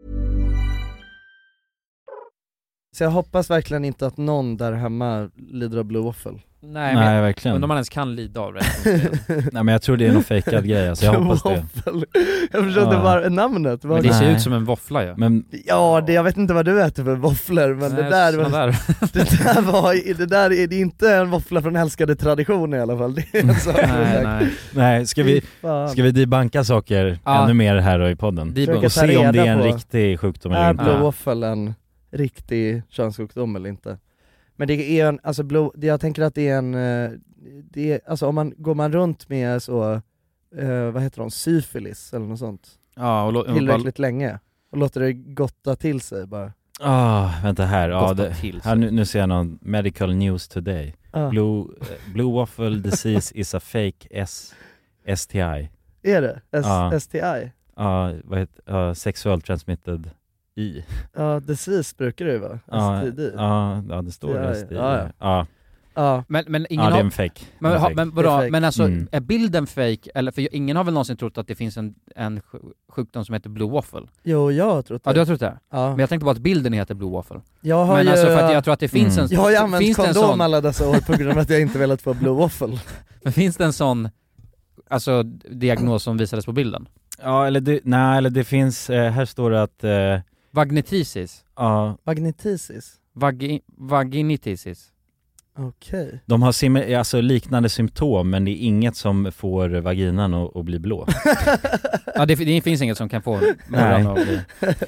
Speaker 7: Så jag hoppas verkligen inte att någon där hemma lider av blue waffle.
Speaker 1: Nej,
Speaker 3: Nej
Speaker 1: men
Speaker 3: verkligen.
Speaker 1: undrar om man ens kan lida av det.
Speaker 3: Nej men jag tror det är någon fejkad grej, alltså jag hoppas det.
Speaker 7: Jag förstår inte
Speaker 3: Ja.
Speaker 7: bara namnet.
Speaker 1: Men det ser ut som en våffla ju.
Speaker 3: Men
Speaker 7: Ja, det, jag vet inte vad du äter för våfflor, men
Speaker 1: Nej,
Speaker 7: det där var,
Speaker 1: där.
Speaker 7: det där var, det där är, det är inte en våffla från älskade tradition i alla fall. Det är en sak.
Speaker 1: nej, nej.
Speaker 3: Nej, ska vi,
Speaker 7: Fan.
Speaker 3: ska vi debanka saker
Speaker 1: Ja.
Speaker 3: ännu mer här då i podden?
Speaker 1: Debunk.
Speaker 3: Och se om det är en
Speaker 7: på-
Speaker 3: riktig sjukdom eller
Speaker 7: Är
Speaker 3: inte.
Speaker 7: blue
Speaker 1: Ja.
Speaker 7: waffle en riktig könssjukdom eller inte? Men det är en, alltså blue, det, jag tänker att det är en, eh, det är, alltså om man, går man runt med så, eh, vad heter de, syfilis eller något sånt,
Speaker 1: Ja, och, lo-
Speaker 7: tillräckligt länge, och låter det gotta till sig bara.
Speaker 3: Ah, vänta här. Ja,
Speaker 1: Gotta
Speaker 3: det,
Speaker 1: till sig.
Speaker 3: här nu, nu ser jag någon medical news today.
Speaker 7: Ah.
Speaker 3: Blue, eh, blue waffle disease is a fake S, S T I.
Speaker 7: Är det? S-
Speaker 3: Ja.
Speaker 7: S T I?
Speaker 3: Ja, vad heter uh, sexual transmitted I.
Speaker 7: Ja, disease brukar det ju vara.
Speaker 3: Ja,
Speaker 7: S T D.
Speaker 3: ja, ja, det står det. S T I.
Speaker 7: Ja, ja.
Speaker 3: Ja.
Speaker 7: Ja.
Speaker 1: Men, men ingen
Speaker 3: Ja, det är
Speaker 1: har...
Speaker 3: en fake.
Speaker 1: Men,
Speaker 3: Det är
Speaker 1: ha,
Speaker 3: fake.
Speaker 1: men,
Speaker 7: Det
Speaker 1: vadå,
Speaker 7: är fake.
Speaker 1: men alltså,
Speaker 3: Mm.
Speaker 1: är bilden fake? Eller, för ingen har väl någonsin trott att det finns en, en sj- sjukdom som heter blue waffle?
Speaker 7: Jo, jag har trott det.
Speaker 1: Ja, du har trott det?
Speaker 7: Ja.
Speaker 1: Men jag tänkte bara att bilden heter blue waffle.
Speaker 7: Jag har
Speaker 1: Men
Speaker 7: ju,
Speaker 1: alltså för att jag tror att det finns
Speaker 3: Mm.
Speaker 1: en...
Speaker 7: jag har ju använt
Speaker 1: finns det en
Speaker 7: kondom
Speaker 1: sån,
Speaker 7: alla dessa år på grund av att jag inte velat få blue waffle.
Speaker 1: Men finns det en sån, alltså, diagnos som visades på bilden?
Speaker 3: Ja, eller det, nej, eller det finns, eh, här står det att, eh,
Speaker 1: Vagnetitis?
Speaker 3: ja,
Speaker 7: Magnetitis.
Speaker 1: Vagi, vaginititis?
Speaker 7: Okej.
Speaker 3: de har sim- alltså liknande symptom, men det är inget som får vaginan att, att bli blå.
Speaker 1: Ja, det, det finns inget som kan få
Speaker 3: Nej.
Speaker 1: morran att bli...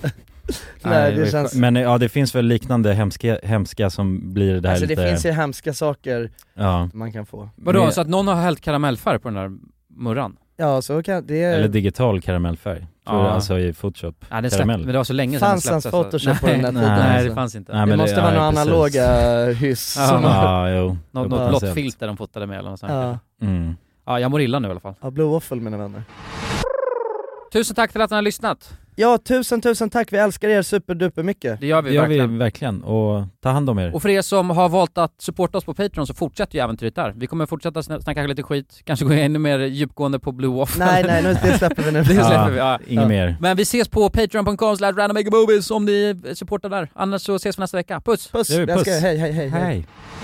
Speaker 7: Nej, det
Speaker 1: är
Speaker 7: känns...
Speaker 3: Men ja, det finns väl liknande hemska, hemska som blir det här
Speaker 7: Alltså
Speaker 3: lite...
Speaker 7: det finns ju hemska saker
Speaker 3: Ja,
Speaker 7: man kan få.
Speaker 1: Vadå,
Speaker 3: med-
Speaker 1: så att någon har hällt karamellfärg på den där murran?
Speaker 7: Ja, så kan det är...
Speaker 3: Eller digital karamellfärg. Tror
Speaker 1: Ja.
Speaker 3: jag, alltså i Photoshop.
Speaker 1: Ja, det släppte,
Speaker 3: Karamell.
Speaker 1: men det var så länge sedan
Speaker 7: Fanns
Speaker 1: den
Speaker 7: ens
Speaker 1: släpptes,
Speaker 7: Photoshop
Speaker 1: så-
Speaker 7: på den här
Speaker 1: Nej,
Speaker 7: tiden,
Speaker 1: nej,
Speaker 7: alltså.
Speaker 1: det fanns inte.
Speaker 3: Nej,
Speaker 7: det
Speaker 3: men
Speaker 7: måste
Speaker 3: det-
Speaker 7: vara
Speaker 3: ja,
Speaker 7: några
Speaker 3: precis.
Speaker 7: analoga hyss
Speaker 1: Ja.
Speaker 7: som har...
Speaker 3: Ja, jo.
Speaker 1: Något, något
Speaker 3: Potentiellt.
Speaker 1: blått filter de fotade med eller något sånt.
Speaker 7: Ja.
Speaker 3: Mm.
Speaker 1: Ja, jag mår illa nu i alla fall.
Speaker 7: Ja, blue waffle mina vänner.
Speaker 1: Tusen tack för att ni har lyssnat.
Speaker 7: Ja, tusen tusen tack, vi älskar er superduper mycket.
Speaker 1: Det gör vi
Speaker 3: Det gör
Speaker 1: verkligen.
Speaker 3: vi verkligen, och ta hand om er.
Speaker 1: Och för er som har valt att supporta oss på Patreon så fortsätter ju äventyret där. Vi kommer fortsätta sn- snacka lite skit, kanske gå ännu mer djupgående på Blue Waffle.
Speaker 7: Nej, nej, nu, det släpper vi nu.
Speaker 1: Det släpper vi, ja.
Speaker 3: Inget
Speaker 7: Ja.
Speaker 3: mer.
Speaker 1: Men vi ses på patreon punkt com slash random movies om ni supportar där. Annars så ses vi nästa vecka. Puss!
Speaker 7: Puss,
Speaker 3: Det gör vi,
Speaker 7: vi älskar er,
Speaker 3: puss.
Speaker 7: hej, hej, hej. hej.
Speaker 3: Hej.